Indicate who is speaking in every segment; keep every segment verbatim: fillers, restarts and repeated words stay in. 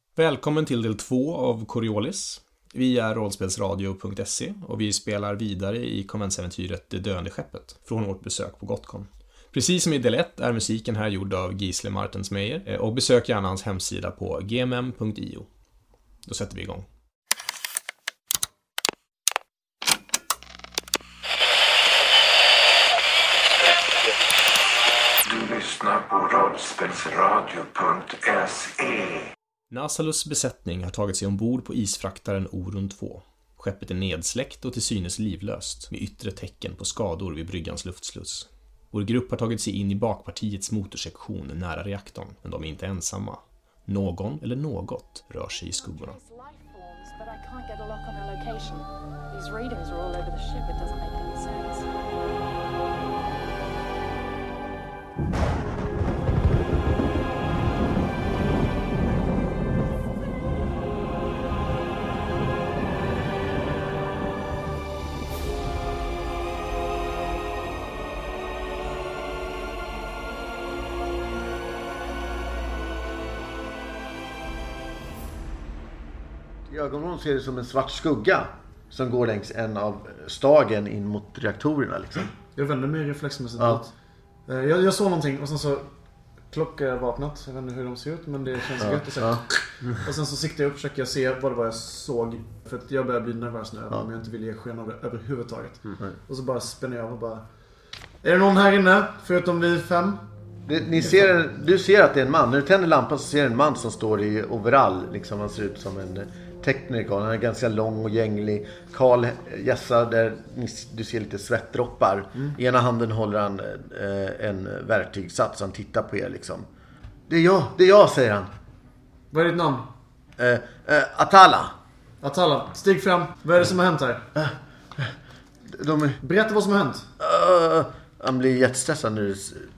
Speaker 1: Välkommen till del två av Coriolis. Vi är rollspelsradio punkt se och vi spelar vidare i konventsäventyret Det döende skeppet från vårt besök på Gotcon. Precis som i del ett är musiken här gjord av Gisle Martensmeier och besök gärna hans hemsida på g m m punkt i o. Då sätter vi igång.
Speaker 2: Du lyssnar på rollspelsradio punkt se.
Speaker 1: Nasalus besättning har tagit sig ombord på isfraktaren Orun två. Skeppet är nedsläckt och till synes livlöst, med yttre tecken på skador vid bryggans luftsluss. Vår grupp har tagit sig in i bakpartiets motorsektion nära reaktorn, men de är inte ensamma. Någon eller något rör sig i skuggorna.
Speaker 3: I ögonen ser det som en svart skugga som går längs en av stagen in mot reaktorerna liksom.
Speaker 4: Jag vänder mig reflexmässigt
Speaker 3: ja.
Speaker 4: mot. Jag, jag såg någonting och sen så klockar jag vapnat. Jag vet inte hur de ser ut, men det känns ja. gött att se. Ja. Och sen så siktar jag upp och försöker se vad det var jag såg. För att jag börjar bli nervös nu, ja. om jag inte vill ge sken av det överhuvudtaget. Mm. Och så bara spänner jag och bara... Är det någon här inne? Förutom vi fem?
Speaker 3: Det, ni ser, du ser att det är en man. När du tänder lampan så ser du en man som står i overall. Liksom, han ser ut som en tekniker. Han är ganska lång och gänglig. Karl Jessa, där du ser lite svettdroppar. Mm. I ena handen håller han eh, en verktygssats. Han tittar på er liksom. Det är jag, det är jag, säger han.
Speaker 4: Vad är ditt namn?
Speaker 3: Eh, eh, Atala.
Speaker 4: Atala, stig fram. Vad är det som har hänt här?
Speaker 3: Eh, de är...
Speaker 4: Berätta vad som har hänt.
Speaker 3: Uh, han blir jättestressad nu.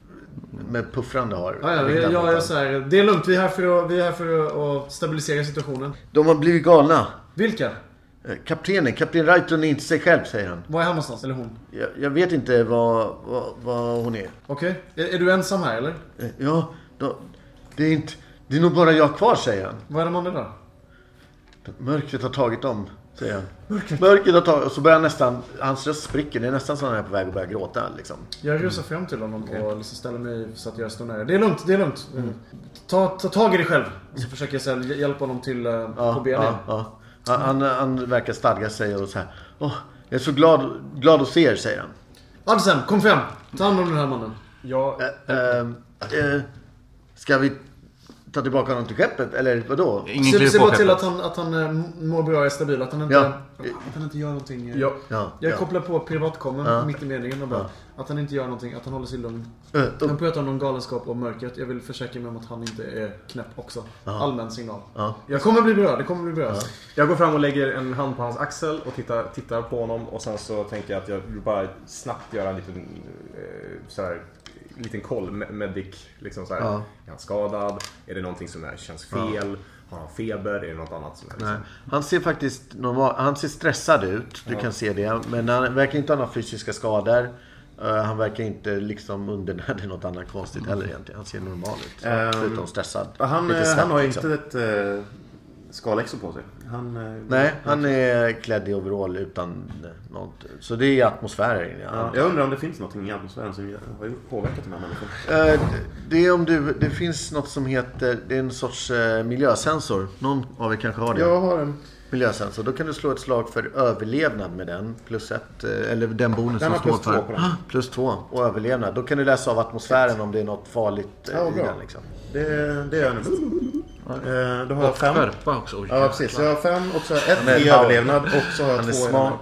Speaker 3: Med puffrande har.
Speaker 4: Ja, ja, jag, jag, jag säger, det är lugnt, vi är här för att, vi är här för att, att stabilisera situationen.
Speaker 3: De har blivit galna.
Speaker 4: Vilka?
Speaker 3: Kaptenen, kapten Raiton är inte sig själv, säger han.
Speaker 4: Var är han någonstans, eller hon?
Speaker 3: Jag, jag vet inte vad, vad, vad hon är.
Speaker 4: Okej, okay. är, är du ensam här, eller?
Speaker 3: Ja, då, det är inte, det är nog bara jag kvar, säger han.
Speaker 4: Vad är de andra då?
Speaker 3: Mörkret har tagit dem, säger han.
Speaker 4: Mörkret?
Speaker 3: Mörkret har tagit, och så börjar nästan, hans röst spricker, det är nästan så han är på väg att börja gråta liksom.
Speaker 4: Jag rusar fram till honom okay. och liksom ställer mig så att jag står nära. Det är lugnt, det är lugnt. Mm. Ta, ta tag i dig själv. Så försöker jag så här, hjälpa honom till uh,
Speaker 3: ja,
Speaker 4: på benen.
Speaker 3: Ja, ja. Han, han verkar stadga sig och så här. Åh, jag är så glad, glad att se er, säger han.
Speaker 4: Adsen, kom fram. Ta hand om den här mannen.
Speaker 1: Ja,
Speaker 3: äh, äh, äh, ska vi ta tillbaka honom till skeppet, eller vadå?
Speaker 4: Ingen se se bara till att han, att han äh, mår bra och är stabil. Att han inte,
Speaker 3: ja.
Speaker 4: att han inte gör någonting. Äh,
Speaker 3: ja. Ja.
Speaker 4: Jag
Speaker 3: ja.
Speaker 4: kopplar på privatkommen ja. mitt i meningen och bara, ja. att han inte gör någonting, att han håller sig lugn. Uh, uh. Han pratar om någon galenskap och mörkret. Jag vill försäkra mig om att han inte är knäpp också. Uh. Allmän signal. Uh. Jag kommer bli bra, det kommer bli bra. Uh.
Speaker 5: Jag går fram och lägger en hand på hans axel och tittar, tittar på honom. Och sen så tänker jag att jag vill bara snabbt göra en liten eh, så här, liten koll, medic liksom så här. Ja. Är han skadad? Är det någonting som är, känns fel? Ja. Har han feber? Är det något annat som är liksom...
Speaker 3: Nej. Han ser faktiskt normal, han ser stressad ut. Du ja. kan se det, men han verkar inte ha några fysiska skador. Uh, han verkar inte liksom undernärd något annat konstigt heller egentligen. Han ser normal ut. Um, förutom stressad.
Speaker 5: Han,
Speaker 3: snabbt,
Speaker 5: han har ju
Speaker 3: liksom.
Speaker 5: inte ett uh, skalexo på sig. Han, uh,
Speaker 3: Nej, han är klädd i overall utan något. Så det är atmosfären.
Speaker 5: Ja, jag undrar om det finns något i atmosfären som har påverkat de här människorna.
Speaker 3: Uh, det är om du, det finns något som heter, det är en sorts uh, miljösensor. Någon av er kanske har det.
Speaker 4: Jag har en
Speaker 3: miljösensor. Då kan du slå ett slag för överlevnad med den. Plus ett, eller den bonus
Speaker 5: den
Speaker 3: som står
Speaker 5: plus
Speaker 3: för.
Speaker 5: Två på den.
Speaker 3: Plus två och överlevnad. Då kan du läsa av atmosfären om det är något farligt
Speaker 4: ja,
Speaker 3: i den. Liksom.
Speaker 5: Det, det är jag nu. Uh, då har jag fem.
Speaker 3: Skärpa också. Oh,
Speaker 5: ja, precis. Så jag har fem och så har jag ett i överlevnad. Och så har jag två i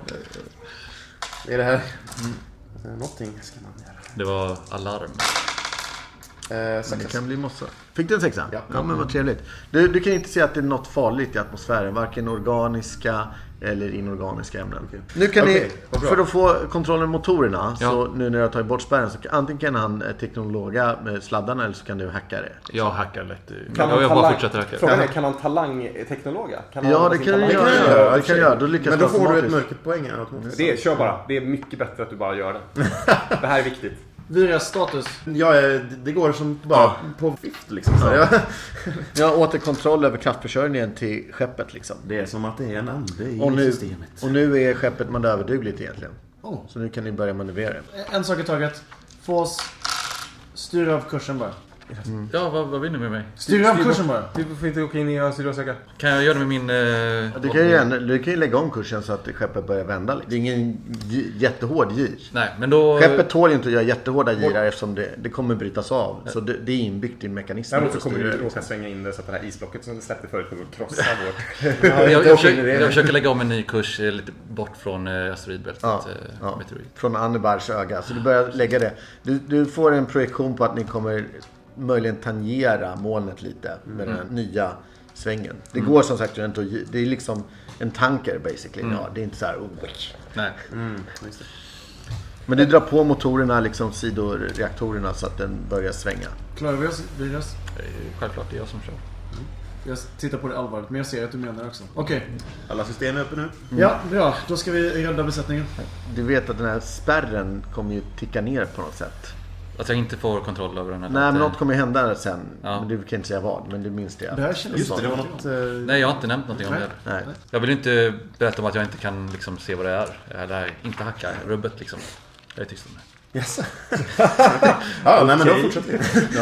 Speaker 5: det är det här. Mm. Någonting ska man göra.
Speaker 1: Det var alarm.
Speaker 3: Eh, men det kan bli mossa. Fick du en sexa? Ja. Ja, men vad trevligt. Du, du kan inte se att det är något farligt i atmosfären. Varken organiska eller inorganiska ämnen. Okay. Nu kan okay, ni, för att få kontrollen med motorerna, ja. Så nu när jag tar bort spärren, så antingen kan han teknologa med sladdarna eller så kan du hacka det.
Speaker 1: Jag hackar lätt.
Speaker 5: Kan
Speaker 1: jag
Speaker 5: jag
Speaker 1: bara fortsätter hacka.
Speaker 5: Frågan är, kan han talang-teknologa? Kan han
Speaker 3: ja, det kan du göra. Ja, det kan jag göra. Då lyckas
Speaker 5: men då får du ett mörkert poäng här. Det, kör bara. Det är mycket bättre att du bara gör det. Det här är viktigt.
Speaker 4: Viras status.
Speaker 6: Ja, det går som bara ja. på vift liksom. Så ja.
Speaker 3: Jag har åter kontroll över kraftförsörjningen till skeppet liksom.
Speaker 6: Det är som att det är en ande i
Speaker 3: och nu,
Speaker 6: systemet.
Speaker 3: Och nu är skeppet manöverdugligt egentligen.
Speaker 4: Oh.
Speaker 3: Så nu kan ni börja manövrera.
Speaker 4: En sak i taget. Få oss styra av kursen bara.
Speaker 7: Mm. Ja, vad, vad vill ni med mig?
Speaker 4: Styra av kursen bara.
Speaker 5: Du får inte åka in i Sydosaka.
Speaker 7: Kan jag göra det med min... Eh,
Speaker 3: ja, du, kan ju, du kan ju lägga om kursen så att skeppet börjar vända. Liksom. Det är ingen j- jättehård gir.
Speaker 7: Nej, men då...
Speaker 3: Skeppet tål ju inte att göra jättehårda girar eftersom det, det kommer brytas av. Så det, det är inbyggt i mekanismen.
Speaker 5: Däremot så kommer du råka svänga in det så att det här isblocket som du släppte förut kommer att krossa vårt.
Speaker 7: ja, jag, jag, försöker, jag försöker lägga om en ny kurs lite bort från eh, asteroidbältet.
Speaker 3: Ja,
Speaker 7: eh,
Speaker 3: ja. Från Annebars öga. Så du börjar lägga det. Du, du får en projektion på att ni kommer... möjligen tangera molnet lite med mm. den här nya svängen. Det mm. går som sagt inte att, det är liksom en tanker basically. Mm. Ja, det är inte så här oh,
Speaker 7: nej.
Speaker 3: Mm. Just det. Men du drar på motorerna liksom sidoreaktorerna så att den börjar svänga.
Speaker 4: Klarar vi oss Viras?
Speaker 7: Självklart, det är jag som kör.
Speaker 4: Mm. Jag tittar på det allvarligt, men jag ser att du menar också. Okej. Okay.
Speaker 6: Alla system är uppe nu.
Speaker 4: Mm. Ja, bra. Då ska vi rädda besättningen.
Speaker 3: Du vet att den här spärren kommer ju ticka ner på något sätt.
Speaker 7: Att jag inte får kontroll över den här.
Speaker 3: Nej, men något kommer hända sen.
Speaker 7: Ja.
Speaker 3: Men du kan inte säga vad, men du minns det.
Speaker 4: Det här känns
Speaker 6: just det, det var något... Uh...
Speaker 7: Nej, jag har inte nämnt någonting om det.
Speaker 3: Nej.
Speaker 7: Jag vill inte berätta om att jag inte kan liksom se vad det är. Eller inte hacka rubbet liksom. Jag är tyst om det.
Speaker 6: Yes. ja, nej men då fortsätter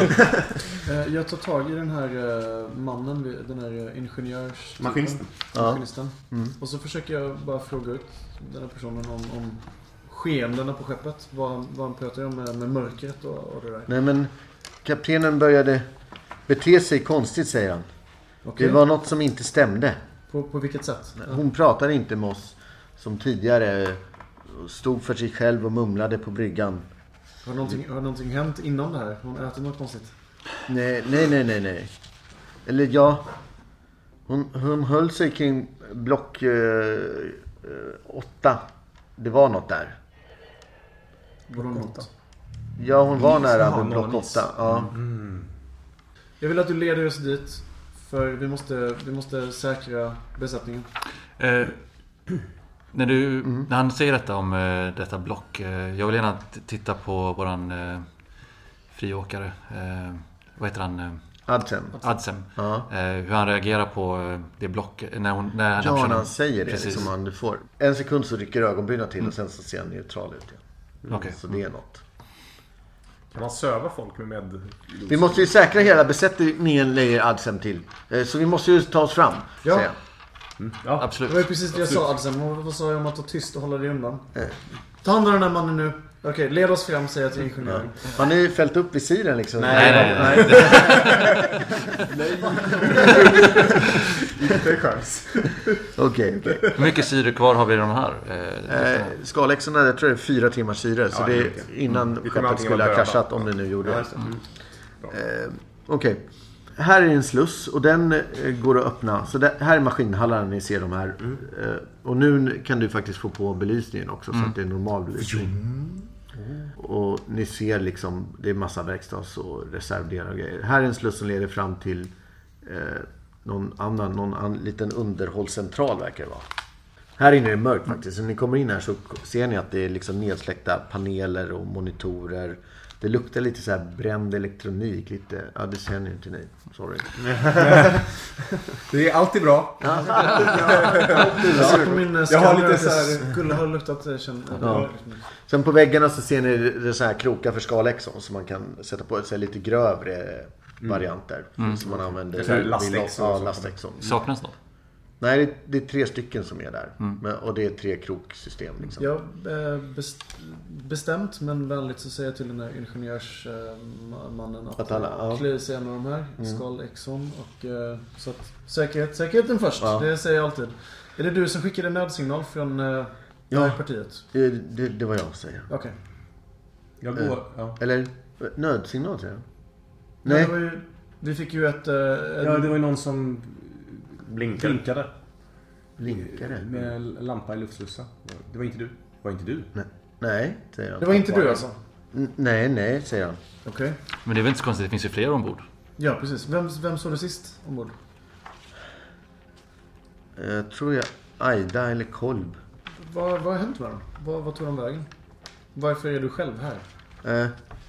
Speaker 4: vi. Jag tar tag i den här mannen, den här ingenjörs...
Speaker 6: Maskinisten.
Speaker 4: Maskinisten. Ja. Mm. Och så försöker jag bara fråga ut den här personen om... om skeendena på skeppet. Vad, vad han pratar om med, med mörkret och, och det där.
Speaker 3: Nej, men kaptenen började bete sig konstigt, säger han. Okay. Det var något som inte stämde.
Speaker 4: På, på vilket sätt?
Speaker 3: Hon pratade inte med oss som tidigare. Stod för sig själv och mumlade på bryggan.
Speaker 4: Har någonting, har någonting hänt innan det här? Hon äter något konstigt?
Speaker 3: Nej, nej, nej, nej, nej. Eller ja. Hon, hon höll sig kring block eh, åtta. Det var något där.
Speaker 4: Block åtta?
Speaker 3: Ja, hon var nära block åtta. Ja.
Speaker 4: Mm. Jag vill att du leder oss dit. För vi måste, vi måste säkra besättningen.
Speaker 7: Eh, när, du, mm. när han säger detta om eh, detta block. Eh, jag vill gärna t- titta på våran eh, friåkare. Eh, vad heter han? Eh,
Speaker 3: Adsem.
Speaker 7: Adsem. Uh-huh. Eh, hur han reagerar på det block när hon när han,
Speaker 3: ja, när han säger det liksom, han, du får en sekund så rycker ögonbrynen till mm. och sen så ser han neutral ut igen. Mm. Okay. Så det är något.
Speaker 5: Kan man söva folk med med...
Speaker 3: Vi måste ju säkra hela besättningen, lägger Adsem till. Eh, så vi måste ju ta oss fram,
Speaker 4: ja.
Speaker 3: säger
Speaker 7: mm. Ja, absolut.
Speaker 4: Det var ju precis det jag sa, Adsem. Vad sa jag om att ta tyst och hålla dig undan? Eh. Ta hand om den här mannen nu. Okej, okay, led oss fram, säger jag till ingenjören.
Speaker 3: Ja. Har ni fällt upp visiren liksom?
Speaker 7: Nej, nej, nej.
Speaker 3: nej.
Speaker 5: Inte chans.
Speaker 3: Okej, okej.
Speaker 7: Hur mycket syre kvar har vi i de här?
Speaker 3: Eh, Skalexorna, jag tror det är fyra timmars syre. Så ja, det är innan mm. skeppet skulle ha kraschat, om det nu gjorde det. Mm. Eh, okej. Okay. Här är en sluss och den eh, går att öppna. Så det, här är maskinhallarna, ni ser de här. Mm. Eh, och nu kan du faktiskt få på belysningen också, mm. så att det är normal belysning. Mm. Och ni ser liksom, det är massa verkstads- och reservdelar och grejer. Här är en sluss som leder fram till eh, någon annan, någon an, liten underhållscentral verkar det vara. Här inne är det mörkt faktiskt. Så när ni kommer in här så ser ni att det är liksom nedsläckta paneler och monitorer. Det luktar lite så här bränd elektronik. Lite, ja, det ser ni inte ni. Sorry.
Speaker 5: Det är alltid bra.
Speaker 4: Ja, alltid bra. På min jag har lite så här... skulle ha luktat känn. Ja.
Speaker 3: Sen på väggarna så ser ni det så här krokar för Skalexon. Så man kan sätta på så här lite grövre mm. varianter. Mm. Som man använder.
Speaker 5: Det är lastexon.
Speaker 3: Ja, lastexon.
Speaker 7: Saknas något?
Speaker 3: Nej, det, det är tre stycken som är där. Mm. Men, och det är tre kroksystem. Liksom.
Speaker 4: Ja, best, bestämt men vänligt så säger jag till den här ingenjörsmannen att, att alla, ja. klä sig en av de här. Mm. Skalexon. Och, så att, säkerhet, säkerheten först, ja. Det säger jag alltid. Är det du som skickade nödsignal från äh,
Speaker 3: ja,
Speaker 4: partiet?
Speaker 3: Det, det, det var jag, säger
Speaker 4: Okej. Okay.
Speaker 5: Jag går, äh, ja.
Speaker 3: Eller nödsignal, säger jag.
Speaker 4: Nej. Nej ju, vi fick ju ett... Äh,
Speaker 5: ja, det var ju någon som... Blinkade.
Speaker 3: Blinkade. Blinkade.
Speaker 5: Med lampa i luftslussa. Det var inte du. Var inte du?
Speaker 3: Nej, nej säger han.
Speaker 4: Det var inte du alltså?
Speaker 3: N- nej, nej, säger han.
Speaker 4: Okej. Okay.
Speaker 7: Men det är väl inte så konstigt, det finns ju fler ombord.
Speaker 4: Ja, precis. Vem, vem såg du sist ombord?
Speaker 3: Jag tror jag Aida eller Kolb.
Speaker 4: Vad, vad har hänt med dem? Vad, vad tog de vägen? Varför är du själv här?
Speaker 3: Eh,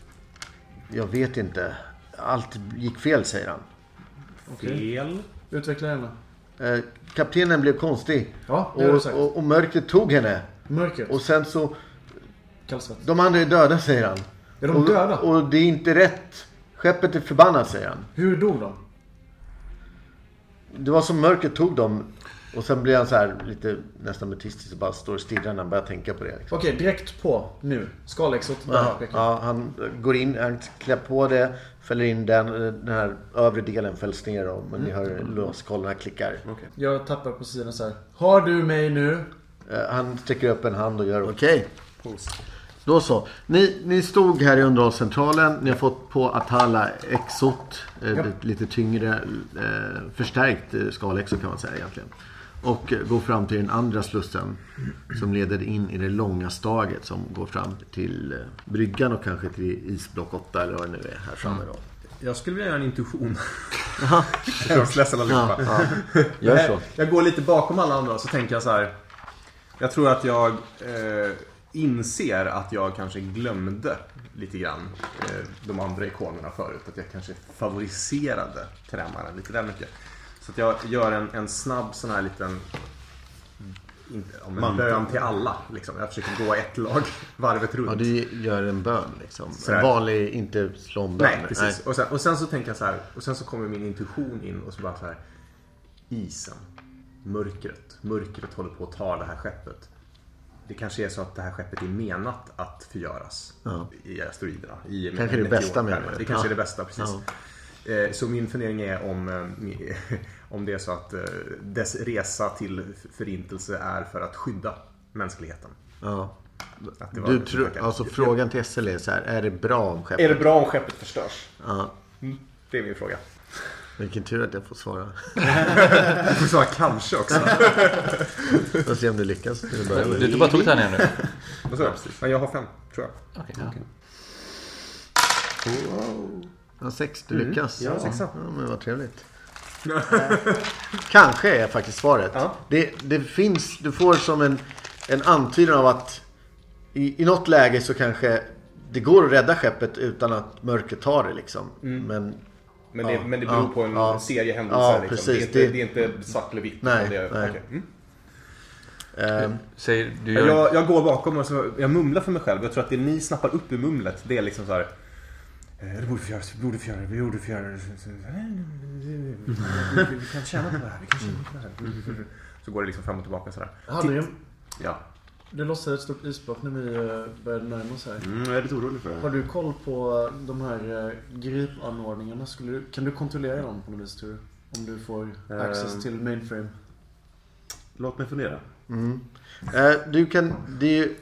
Speaker 3: Jag vet inte. Allt gick fel, säger han.
Speaker 5: Fel.
Speaker 4: Utveckla henne.
Speaker 3: Eh, kaptenen blev konstig.
Speaker 4: Ja, det har du sagt.
Speaker 3: och, och, och mörkret tog henne.
Speaker 4: Mörkret.
Speaker 3: Och sen så...
Speaker 4: Kallsvett.
Speaker 3: De andra är döda, säger han.
Speaker 4: Är de
Speaker 3: och,
Speaker 4: döda?
Speaker 3: Och det är inte rätt. Skeppet är förbannat, säger han.
Speaker 4: Hur dog de?
Speaker 3: Det var som mörkret tog dem. Och sen blir han så här lite nästan mutistisk och bara står och stirrar när han börjar tänka på det. Liksom.
Speaker 4: Okej, direkt på nu. Skalexot.
Speaker 3: Ja, ja, han går in, han klär på det, fäller in den, den här övre delen fälls ner då, men ni hör låskollarna klickar.
Speaker 4: Okay. Jag tappar på sidan så här. Har du mig nu?
Speaker 3: Han sträcker upp en hand och gör okej. Okay. Då så. Ni, ni stod här i underhållscentralen. Ni har fått på Atala Exot. Eh, ja. Lite tyngre, eh, förstärkt eh, Skalexot kan man säga egentligen. Och eh, går fram till den andra slussen som leder in i det långa staget som går fram till eh, bryggan och kanske till isblock åtta eller vad det nu är här framme då.
Speaker 5: Jag skulle vilja göra en intuition.
Speaker 3: Jaha.
Speaker 5: Jag slässar allihopa.
Speaker 3: Ja, ja. Gör så.
Speaker 5: Jag, jag går lite bakom alla andra och så tänker jag så här. Jag tror att jag eh, inser att jag kanske glömde lite grann eh, de andra ikonerna förut. Att jag kanske favoriserade trämaren lite väl mycket. Så att jag gör en, en snabb sån här liten en bön till alla. Liksom. Jag försöker gå ett lag varvet runt.
Speaker 3: Ja, du gör en bön liksom. En vanlig, inte slåmbön.
Speaker 5: Nej, precis. Nej. Och, sen, och sen så tänker jag så här. Och sen så kommer min intuition in och så bara så här. Isen. Mörkret. Mörkret håller på att ta det här skeppet. Det kanske är så att det här skeppet är menat att förgöras
Speaker 3: ja.
Speaker 5: i asteroiderna. I
Speaker 3: kanske det bästa med det.
Speaker 5: Det kanske
Speaker 3: ja.
Speaker 5: är det bästa, precis. Ja. Så min fundering är om, om det är så att dess resa till förintelse är för att skydda mänskligheten.
Speaker 3: Ja. Du tror, alltså frågan till S L är så här, är det bra om skeppet...
Speaker 5: Är det bra om skeppet förstörs?
Speaker 3: Ja.
Speaker 5: Mm, det är min fråga.
Speaker 3: Vilken tur att jag får svara.
Speaker 5: Du får svara kanske också.
Speaker 3: Jag får se om du lyckas.
Speaker 7: Du, du bara tog den igen nu.
Speaker 5: Vad sa jag? Ja, jag har fem, tror jag.
Speaker 7: Okej. Okay,
Speaker 3: ja. Wow. Ja, sex, du lyckas.
Speaker 5: Mm. Ja, sexa.
Speaker 3: Ja, men vad trevligt. Kanske är faktiskt svaret.
Speaker 5: Ja.
Speaker 3: Det, det finns, du får som en, en antydan av att i, i något läge så kanske det går att rädda skeppet utan att mörkret tar det liksom. Mm. Men
Speaker 5: Men det,
Speaker 3: ja,
Speaker 5: men det beror
Speaker 3: ja,
Speaker 5: på en
Speaker 3: ja,
Speaker 5: serie händelser.
Speaker 3: ja,
Speaker 5: liksom.
Speaker 3: precis,
Speaker 5: det, är inte,
Speaker 3: det,
Speaker 5: det är inte svart eller vitt.
Speaker 3: Nej,
Speaker 5: det är,
Speaker 3: nej.
Speaker 5: Okay. Mm.
Speaker 3: Um,
Speaker 7: Säger, du gör...
Speaker 5: jag, jag går bakom och så, jag mumlar för mig själv. Jag tror att det ni snappar upp i mumlet, det är liksom så här. Det borde få göras, vi borde få göra det, vi borde få göra det. Vi kan tjäna på det här, vi kan tjäna på det här. Så går det liksom fram och tillbaka sådär.
Speaker 4: Hade
Speaker 5: Ja.
Speaker 4: Det lossade ett stort isblock när vi började närma oss här.
Speaker 6: Mm, jag är lite orolig för det.
Speaker 4: Har du koll på de här gripanordningarna? Skulle du, kan du kontrollera dem på något vis, tror du? Om du får uh, access till mainframe.
Speaker 6: Låt mig fundera.
Speaker 3: Mm. Uh, du kan... Det är,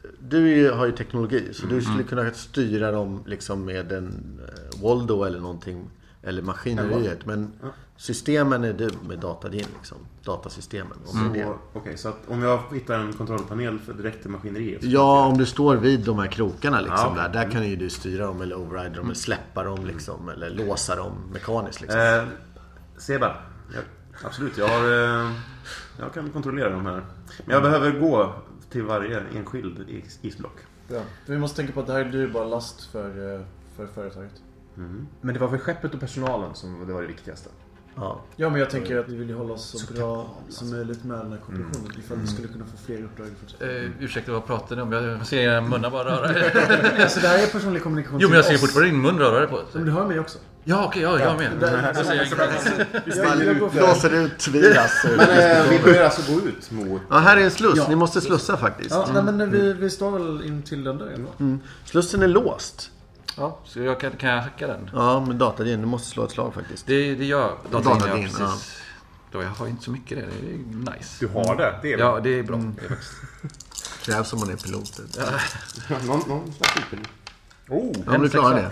Speaker 3: du har ju teknologi, så du skulle
Speaker 6: mm.
Speaker 3: kunna styra dem liksom med en uh, Waldo eller någonting. Eller maskineriet. Men ja. Systemen är du med datagin liksom. Datasystemen.
Speaker 6: Mm. Okej, okay, så att om jag hittar en kontrollpanel för direkt till maskineriet.
Speaker 3: Ja, om du står vid de här krokarna liksom,
Speaker 6: ja, okay.
Speaker 3: där, där kan ju du styra dem eller override dem mm. eller släppa dem liksom, eller låsa dem mekaniskt liksom.
Speaker 6: Eh, Seba, jag, absolut, jag har eh, jag kan kontrollera de här. Men jag behöver gå till varje enskild is- isblock.
Speaker 4: Ja, vi måste tänka på att det här är dyrbar last för, för företaget.
Speaker 5: Mm. Men det var väl skeppet och personalen som det var det viktigaste.
Speaker 3: Ja.
Speaker 4: Ja, men jag tänker att vi vill hålla oss så, så bra som möjligt med den här kooperationen. Mm. Ifall vi skulle kunna få fler uppdrag.
Speaker 7: Uh, ursäkta, vad pratar ni om? Jag ser en munna bara röra.
Speaker 4: Alltså det här är personlig kommunikation.
Speaker 7: Jo, men jag ser fortfarande din mun röra på.
Speaker 4: Men du hör mig också.
Speaker 7: Ja, okej, okay, ja, jag med.
Speaker 4: Där,
Speaker 7: då säger
Speaker 4: jag
Speaker 3: jag blåser ut Tobias.
Speaker 5: Men äh, vi börjar alltså gå ut mot...
Speaker 3: Ja, här är en sluss.
Speaker 4: Ja.
Speaker 3: Ni måste slussa faktiskt.
Speaker 4: Ja, mm. nej, men vi, vi står väl in till den där.
Speaker 3: Mm. Slussen är låst.
Speaker 7: Ja, så jag kan, kan jag hacka den?
Speaker 3: Ja, med datagin. Du måste slå ett slag faktiskt.
Speaker 7: Det, det gör
Speaker 3: datagin,
Speaker 7: datagin,
Speaker 3: ja,
Speaker 7: ja, precis. Då jag har inte så mycket det. Det är nice.
Speaker 5: Du har det? Det är bra.
Speaker 7: Ja, det är bra. Mm.
Speaker 3: Det krävs om man är pilot.
Speaker 6: Ja. någon, någon slags utbildning.
Speaker 5: Oh,
Speaker 3: ja, om du klarar det.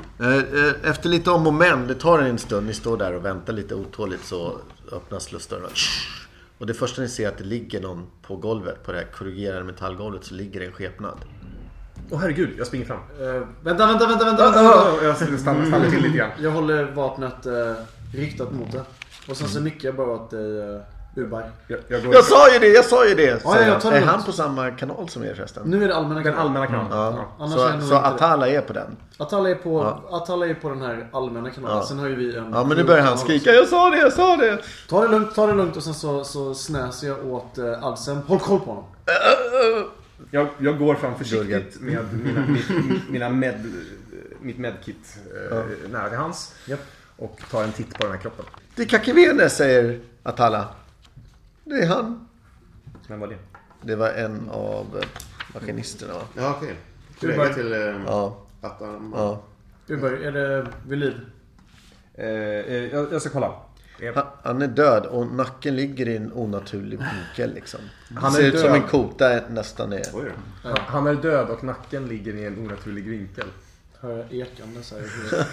Speaker 7: Ja.
Speaker 3: Efter lite om och men, det tar en stund. Ni står där och väntar lite otåligt, så öppnas slussdörren. Och det första ni ser är att det ligger någon på golvet, på det här korrigerade metallgolvet, så ligger en skepnad.
Speaker 5: Åh oh, herregud, jag springer fram.
Speaker 4: Uh, vänta, vänta, vänta, vänta, vänta.
Speaker 5: Oh, oh, jag stannar, stannar till lite grann.
Speaker 4: Jag håller vapnet uh, riktat mot det. Och sen så nickar jag bara åt dig uh, Uberg.
Speaker 5: Jag, jag, går...
Speaker 3: jag sa ju det, jag sa ju det.
Speaker 4: Ja, jag tar det
Speaker 3: är
Speaker 4: lugnt.
Speaker 3: han på samma kanal som er förresten?
Speaker 4: Nu är det allmänna
Speaker 5: Den
Speaker 4: kanalen.
Speaker 5: allmänna kanalen.
Speaker 3: Ja.
Speaker 4: Annars
Speaker 3: Så,
Speaker 4: är det nog
Speaker 3: så
Speaker 4: inte
Speaker 3: Atala är på den.
Speaker 4: Atala är på,
Speaker 3: Ja.
Speaker 4: Atala är på den här allmänna kanalen.
Speaker 3: Ja.
Speaker 4: Sen har ju vi en...
Speaker 3: Ja, men nu börjar han skrika. Jag sa det, jag sa det.
Speaker 4: Ta det lugnt, ta det lugnt och sen så, så snäser jag åt uh, Adsen. Håll koll på honom.
Speaker 5: Jag, jag går fram försiktigt med mina, mitt, mina med, mitt medkit eh,
Speaker 3: Ja.
Speaker 5: nära till hans.
Speaker 4: Japp.
Speaker 5: Och tar en titt på den här kroppen.
Speaker 3: Det är Kakivene, säger Atala. Det är han.
Speaker 5: Men vad är det?
Speaker 3: Det var en av eh, maskinisterna, va?
Speaker 6: Ja, okej.
Speaker 4: Du
Speaker 6: Kollega
Speaker 4: bara-
Speaker 6: till... Eh,
Speaker 3: Ja.
Speaker 6: att, um,
Speaker 3: Ja.
Speaker 4: Uberg, är det vid liv?
Speaker 5: Eh, eh, jag, jag ska kolla. Eh,
Speaker 3: Han, han är död och nacken ligger i en onaturlig vinkel liksom.
Speaker 5: Han
Speaker 3: Han
Speaker 5: är
Speaker 3: ser ut som
Speaker 5: död.
Speaker 3: en kota nästan är.
Speaker 6: Oj då.
Speaker 5: han, han är död och nacken ligger i en onaturlig vinkel.
Speaker 4: Hör jag ekande så här.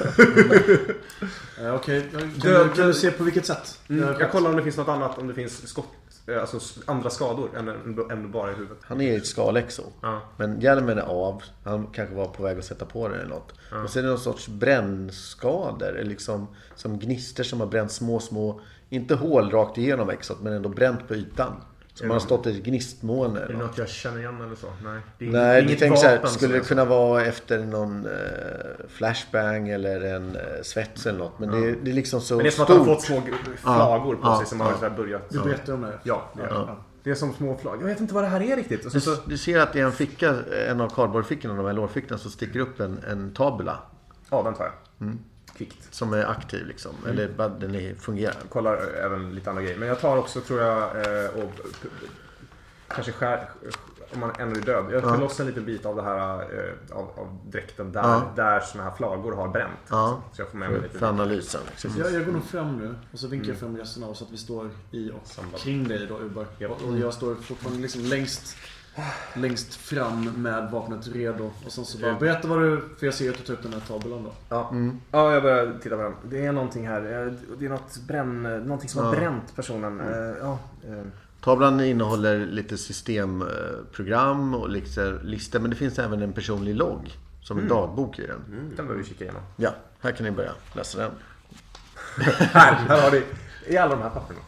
Speaker 4: uh, Okej, okay. kan,
Speaker 5: Död-
Speaker 4: du- kan du se på vilket sätt?
Speaker 5: Mm,
Speaker 4: Uh,
Speaker 5: jag kollar om det finns något annat, om det finns skott, eh, alltså s- andra skador än, än, än bara i huvudet.
Speaker 3: Han är i ett skalexo.
Speaker 5: Ja.
Speaker 3: Men hjälmen är av. Han kanske var på väg att sätta på den eller något. Och sen är det någon sorts brännskador. Eller liksom, som gnister som har bränt små, små... Inte hål rakt igenom exot, men ändå bränt på ytan. Som man har stått i ett gnistmåne.
Speaker 5: Är det något jag känner igen eller så? Nej, det är
Speaker 3: Nej, du
Speaker 5: inget
Speaker 3: tänker så här,
Speaker 5: vapen
Speaker 3: skulle
Speaker 5: som
Speaker 3: det
Speaker 5: är så.
Speaker 3: kunna vara efter någon eh, flashbang eller en eh, svets eller något. Men det, är, det är liksom så
Speaker 5: Men det är som att han har
Speaker 3: stort.
Speaker 5: fått små flagor på
Speaker 3: Ja,
Speaker 5: sig som
Speaker 3: ja.
Speaker 5: har så här börjat.
Speaker 4: Du berättar om det.
Speaker 5: Ja, det är, ja. Det är som små flagor. Jag vet inte vad det här är riktigt. Och så, så,
Speaker 3: Du ser att i en ficka, en av kardborrfickorna, de här lårfickorna, så sticker upp en, en tabula
Speaker 5: ja, den tar jag. Kvickt.
Speaker 3: som är aktiv liksom. Eller bara den är, fungerar.
Speaker 5: Kollar även lite andra grejer. Men jag tar också, tror jag, eh, och p- p- kanske skär, om man ännu är död. Jag tar
Speaker 3: Ja.
Speaker 5: loss en liten bit av det här, eh, av, av dräkten där,
Speaker 3: Ja.
Speaker 5: där såna här flagor har bränt.
Speaker 3: Ja.
Speaker 5: Så jag får med mig
Speaker 3: För,
Speaker 5: lite.
Speaker 3: för analysen. Liksom.
Speaker 4: Jag, jag går nog fram nu och så vinkar jag fram resten av oss så att vi står i och
Speaker 5: Samlade.
Speaker 4: kring dig då, Uberg. Och, och jag står fortfarande liksom längst, längst fram med vapnet redo. Och sen så bara, berätta vad du, för jag ser att du tar upp den här tabelan då.
Speaker 5: Ja. ja, jag börjar titta på den. Det är någonting här. eh, Det är något bränn, någonting som har
Speaker 3: Ja.
Speaker 5: bränt personen. Eh, Ja, eh,
Speaker 3: Tavlan innehåller lite systemprogram och lite listor. Men det finns även en personlig logg. Som en dagbok i den.
Speaker 5: den behöver vi kika igenom.
Speaker 3: Ja, här kan ni börja läsa den.
Speaker 5: Här, här har vi i alla de här papperna.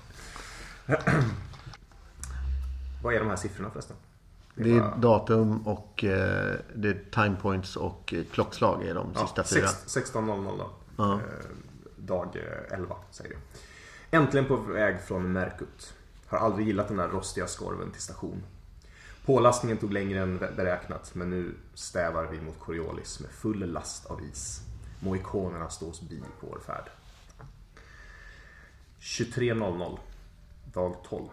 Speaker 5: Vad är de här siffrorna förresten?
Speaker 3: Det är datum och eh, det är time points och eh, klockslag är de sista fyra.
Speaker 5: sexton noll noll då.
Speaker 3: Ja.
Speaker 5: Eh, dag eh, elva säger det. Äntligen på väg från Merkut. Har aldrig gillat den där rostiga skorven till station. Pålastningen tog längre än beräknat, men nu stävar vi mot Coriolis med full last av is. Må ikonerna stå oss bi på vår färd. tjugotre noll noll. Dag tolv.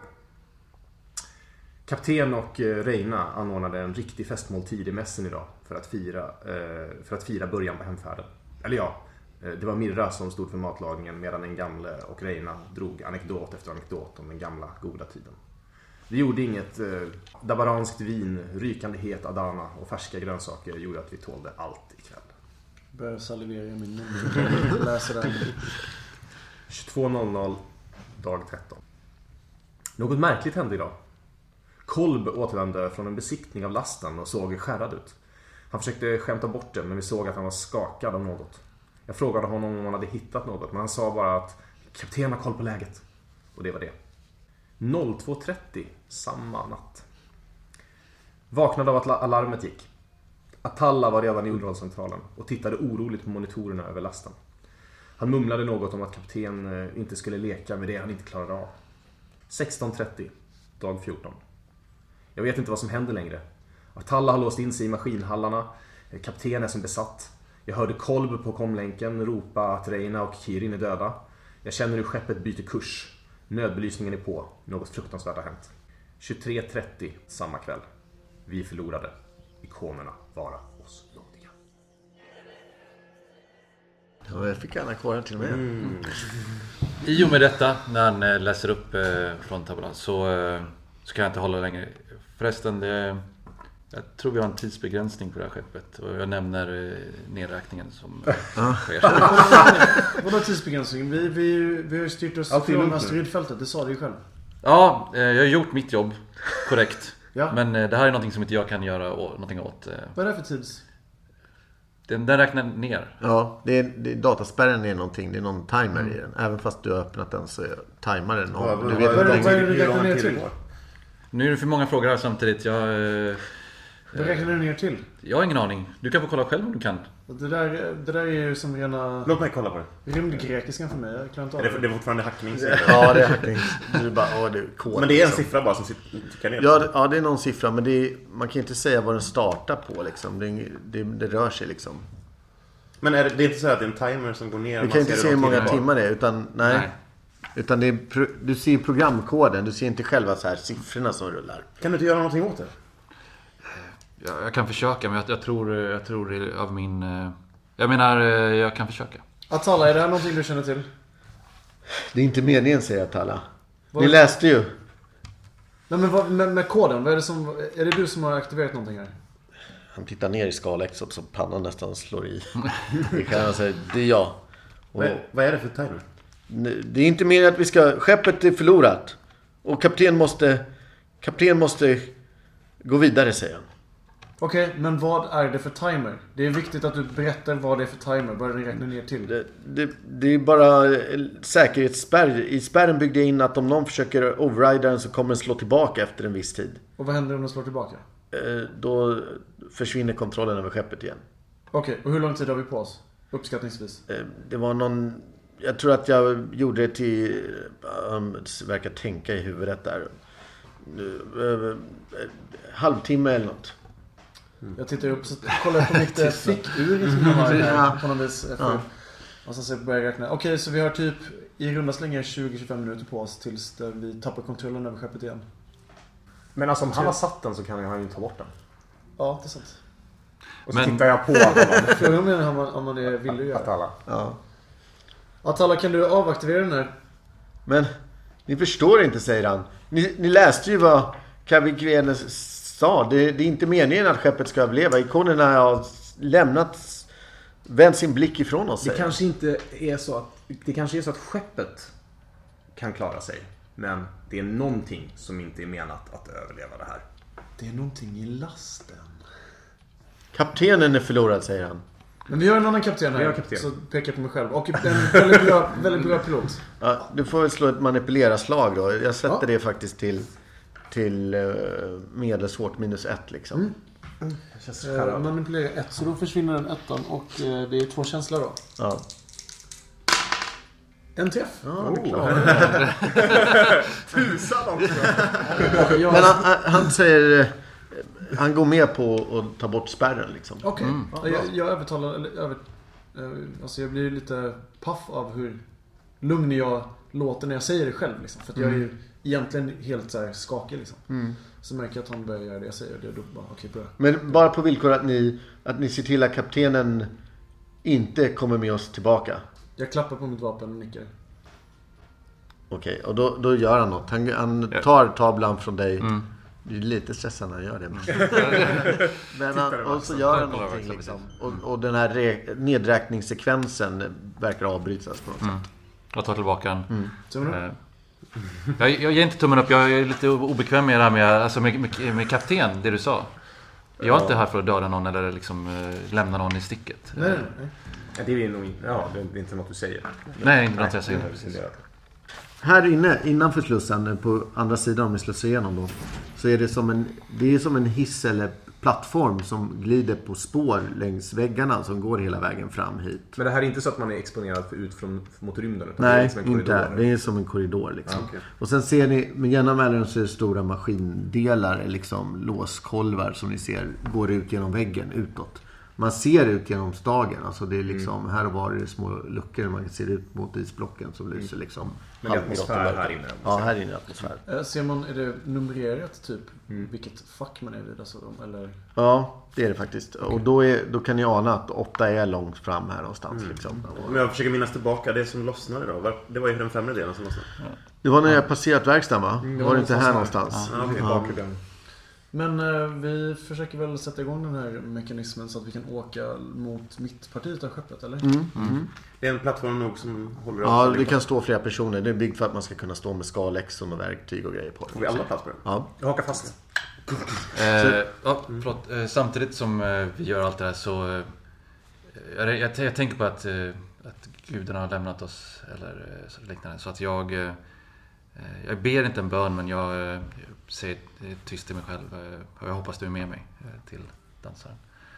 Speaker 5: Kapten och eh, Reina anordnade en riktig festmåltid i mässen idag för att fira, eh, för att fira början på hemfärden. Eller ja, eh, det var Mirra som stod för matlagningen medan den gamle och Reina drog anekdot efter anekdot om den gamla goda tiden. Vi gjorde inget eh, dabaranskt vin, rykande het adana och färska grönsaker gjorde att vi tålde allt ikväll.
Speaker 4: Börjar salivera i min mun. Läser det.
Speaker 5: tjugotvå noll noll, dag tretton. Något märkligt hände idag. Kolb återvände från en besiktning av lasten och såg skärrad ut. Han försökte skämta bort det, men vi såg att han var skakad av något. Jag frågade honom om han hade hittat något, men han sa bara att kapten har koll på läget. Och det var det. två trettio samma natt. Vaknade av att alarmet gick. Atalla var redan i underhållscentralen och tittade oroligt på monitorerna över lasten. Han mumlade något om att kapten inte skulle leka med det han inte klarade av. sexton trettio, dag fjorton. Jag vet inte vad som händer längre. Atalla har låst in sig i maskinhallarna. Kapten är som besatt. Jag hörde Kolb på komlänken ropa att Reina och Kirin är döda. Jag känner hur skeppet byter kurs. Nödbelysningen är på. Något fruktansvärt har hänt. tjugotre trettio samma kväll. Vi förlorade. Ikonerna vara oss nådiga.
Speaker 3: Ja, jag fick gärna kvar till och med. Mm.
Speaker 7: I och med detta, när han eh, läser upp eh, från tabelan, så, eh, så kan jag inte hålla längre. Förresten, det, jag tror vi har en tidsbegränsning på det här skeppet. Och jag nämner eh, nedräkningen som eh, sker.
Speaker 4: Vadå tidsbegränsning? Vi, vi, vi har ju styrt oss
Speaker 5: Allt är
Speaker 4: från
Speaker 5: lugnt nu.
Speaker 4: asteroidfältet, det sa du ju själv.
Speaker 7: Ja, eh, jag har gjort mitt jobb korrekt.
Speaker 4: Ja.
Speaker 7: Men eh, det här är någonting som inte jag kan göra å, någonting åt. Eh,
Speaker 4: Vad är det för tids?
Speaker 7: Den, den räknar ner.
Speaker 3: Ja, det är, det är, dataspärren är någonting. Det är någon timer mm. i den. Även fast du har öppnat den så är timern
Speaker 6: ja,
Speaker 3: du
Speaker 4: vet vad är det du räknar ner till?
Speaker 7: Nu är det för många frågor här samtidigt. Jag... Eh,
Speaker 4: Vad räknar du ner till?
Speaker 7: Jag har ingen aning. Du kan få kolla själv om du kan.
Speaker 4: Det där, det där är ju som rena...
Speaker 6: Låt mig kolla på det.
Speaker 4: Rymdgrekiskan för mig. Jag klarar inte av
Speaker 6: det. Är det, det är fortfarande hackning.
Speaker 3: Ja, det är hackning. Du bara, åh, det är kod,
Speaker 6: men det är en
Speaker 3: liksom.
Speaker 6: siffra bara som sitter ner.
Speaker 3: Ja, det, ja, det är någon siffra. Men det är, man kan inte säga vad den startar på. Liksom. Det, det, det rör sig liksom.
Speaker 6: Men är det, det är inte så att det är en timer som går ner?
Speaker 3: Du kan inte se hur många timmar det är. Utan, nej. nej. Utan det är, du ser programkoden. Du ser inte själva så här siffrorna som rullar.
Speaker 6: Kan du inte göra någonting åt det?
Speaker 7: Jag, jag kan försöka, men jag, jag tror, jag tror det av min... Jag menar, jag kan försöka.
Speaker 4: Atala, är det här någonting du känner till?
Speaker 3: Det är inte meningen, säger Atala. Ni läste ju.
Speaker 4: Nej, men vad, med, med koden, vad är det som... Är det du som har aktiverat någonting här?
Speaker 3: Han tittar ner i skalexot så pannan nästan slår i. Det kan jag säga, det är jag. Och,
Speaker 6: vad, vad är det för timer?
Speaker 3: Det är inte mer att vi ska... Skeppet är förlorat. Och kapten måste... Kapten måste gå vidare, säger han.
Speaker 4: Okej, okay, men vad är det för timer? Det är viktigt att du berättar vad det är för timer. Vad den räknar ner till.
Speaker 3: Det, det, det är bara säkerhetsspärr. I spärren byggde jag in att om någon försöker overrida den så kommer den slå tillbaka efter en viss tid.
Speaker 4: Och vad händer om den slår tillbaka?
Speaker 3: Då försvinner kontrollen över skeppet igen.
Speaker 4: Okej, okay, och hur lång tid har vi på oss? Uppskattningsvis.
Speaker 3: Det var någon... Jag tror att jag gjorde det till... Um, verkar tänka i huvudet där. Uh, halvtimme eller något.
Speaker 4: Mm. Jag tittar upp så kollar på mitt fickur som jag har här på något vis. Ja. Och sen så börjar jag räkna. Okej, okay, så vi har typ i runda slängar tjugo till tjugofem minuter på oss tills vi tappar kontrollen över skeppet igen.
Speaker 5: Men alltså om han har satt den så kan han ju ta bort den.
Speaker 4: Ja, det är sant.
Speaker 5: Och så men... tittar jag på honom.
Speaker 4: Frågan är om man, om man är villig att göra.
Speaker 5: Atala.
Speaker 3: Ja.
Speaker 4: Atala, kan du avaktivera den här?
Speaker 3: Men, ni förstår inte, säger han. Ni, ni läste ju vad Kavik sa. Det, det är inte meningen att skeppet ska överleva. Ikonerna har lämnat, vänt sin blick ifrån oss.
Speaker 5: Det kanske inte är så att, det kanske är så att skeppet kan klara sig. Men det är någonting som inte är menat att överleva det här.
Speaker 4: Det är någonting i lasten.
Speaker 3: Kaptenen är förlorad, säger han.
Speaker 4: Men vi har en annan kapten här, kapten. Så pekar jag på mig själv. Och en väldigt bra, väldigt bra pilot.
Speaker 3: Ja, du får väl slå ett manipulera-slag då. Jag sätter ja. det faktiskt till, till uh, medelsvårt minus ett liksom. Mm.
Speaker 4: Mm. Uh, manipulera ett, så då försvinner den ettan. Och uh, det är två känslor då.
Speaker 3: Ja.
Speaker 4: En träff.
Speaker 3: Ja, oh.
Speaker 5: Tusan också.
Speaker 3: Men han, han säger... Han går med på att ta bort spärren liksom.
Speaker 4: Okej. Okay. Mm. Jag, jag övertalar eller över, alltså jag blir lite paff av hur lugn jag låter när jag säger det själv liksom, för att mm. jag är ju egentligen helt så här skakig liksom. Mm. Så märker jag att han börjar göra det jag säger, det är då bara okej, bra.
Speaker 3: Men bara på villkor att ni att ni ser till att kaptenen inte kommer med oss tillbaka.
Speaker 4: Jag klappar på mitt vapen och nickar.
Speaker 3: Okej, okay, och då, då gör han något. Han, han tar tablan från dig. Mm. Det är lite stressande när han gör det. Men han, och så gör han någonting liksom. Och, och den här re, nedräkningssekvensen verkar avbrytas på något mm. sätt.
Speaker 7: Jag tar tillbaka den. Mm. Uh, jag, jag ger inte tummen upp. Jag är lite obekväm med det här med, alltså med, med, med kapten, det du sa. Jag är ja. inte här för att döda någon eller liksom uh, lämna någon i sticket.
Speaker 4: Nej, nej, nej.
Speaker 5: Ja, det är nog inte, ja, det är inte något du säger.
Speaker 7: Nej, inte något jag säger.
Speaker 3: Här inne, innanför slussen, på andra sidan om vi slussar igenom då, så är det som en, det är som en hiss eller plattform som glider på spår längs väggarna som går hela vägen fram hit.
Speaker 5: Men det här är inte så att man är exponerad för ut från, mot rymden? Utan
Speaker 3: nej,
Speaker 5: det är liksom en
Speaker 3: inte.
Speaker 5: korridor,
Speaker 3: det är som en korridor liksom.
Speaker 5: Ah, okay.
Speaker 3: Och sen ser ni, med jämna mellanrum så är det stora maskindelar, liksom låskolvar som ni ser går ut genom väggen utåt. Man ser ut genom stagen, alltså det är liksom mm. här och var är det små luckor man ser ut mot isblocken som lyser liksom.
Speaker 5: Men det är atmosfär här inne.
Speaker 3: Ja, här inne är atmosfär.
Speaker 4: Äh, ser man, är det numrerat typ mm. vilket fack man är vid alltså, eller?
Speaker 3: Ja, det är det faktiskt. Okay. Och då, är, då kan ni ana att åtta är långt fram här någonstans mm. liksom.
Speaker 6: Om jag försöker minnas tillbaka det som lossnade då. Det var ju den främre delen som lossnade.
Speaker 3: Ja. Det var när jag passerat verkstaden, va? Mm, det var, var det inte här någonstans?
Speaker 6: Ja, okay.
Speaker 3: Ja.
Speaker 4: Men eh, vi försöker väl sätta igång den här mekanismen så att vi kan åka mot mittpartiet av skeppet, eller?
Speaker 3: Mm. Mm.
Speaker 6: Det är en plattform nog som håller...
Speaker 3: Ja, det kan stå flera personer. Det är byggt för att man ska kunna stå med skalexon och verktyg och grejer på.
Speaker 6: Får vi alla plats på det?
Speaker 3: Ja.
Speaker 6: Jag hakar fast.
Speaker 7: Eh, ja, förlåt. Eh, samtidigt som eh, vi gör allt det här så... Jag, jag, jag tänker på att, att gudarna har lämnat oss eller så liknande. Så att jag, jag ber inte en bön, men jag säger tyst till mig själv. Och jag hoppas du är med mig till dansaren.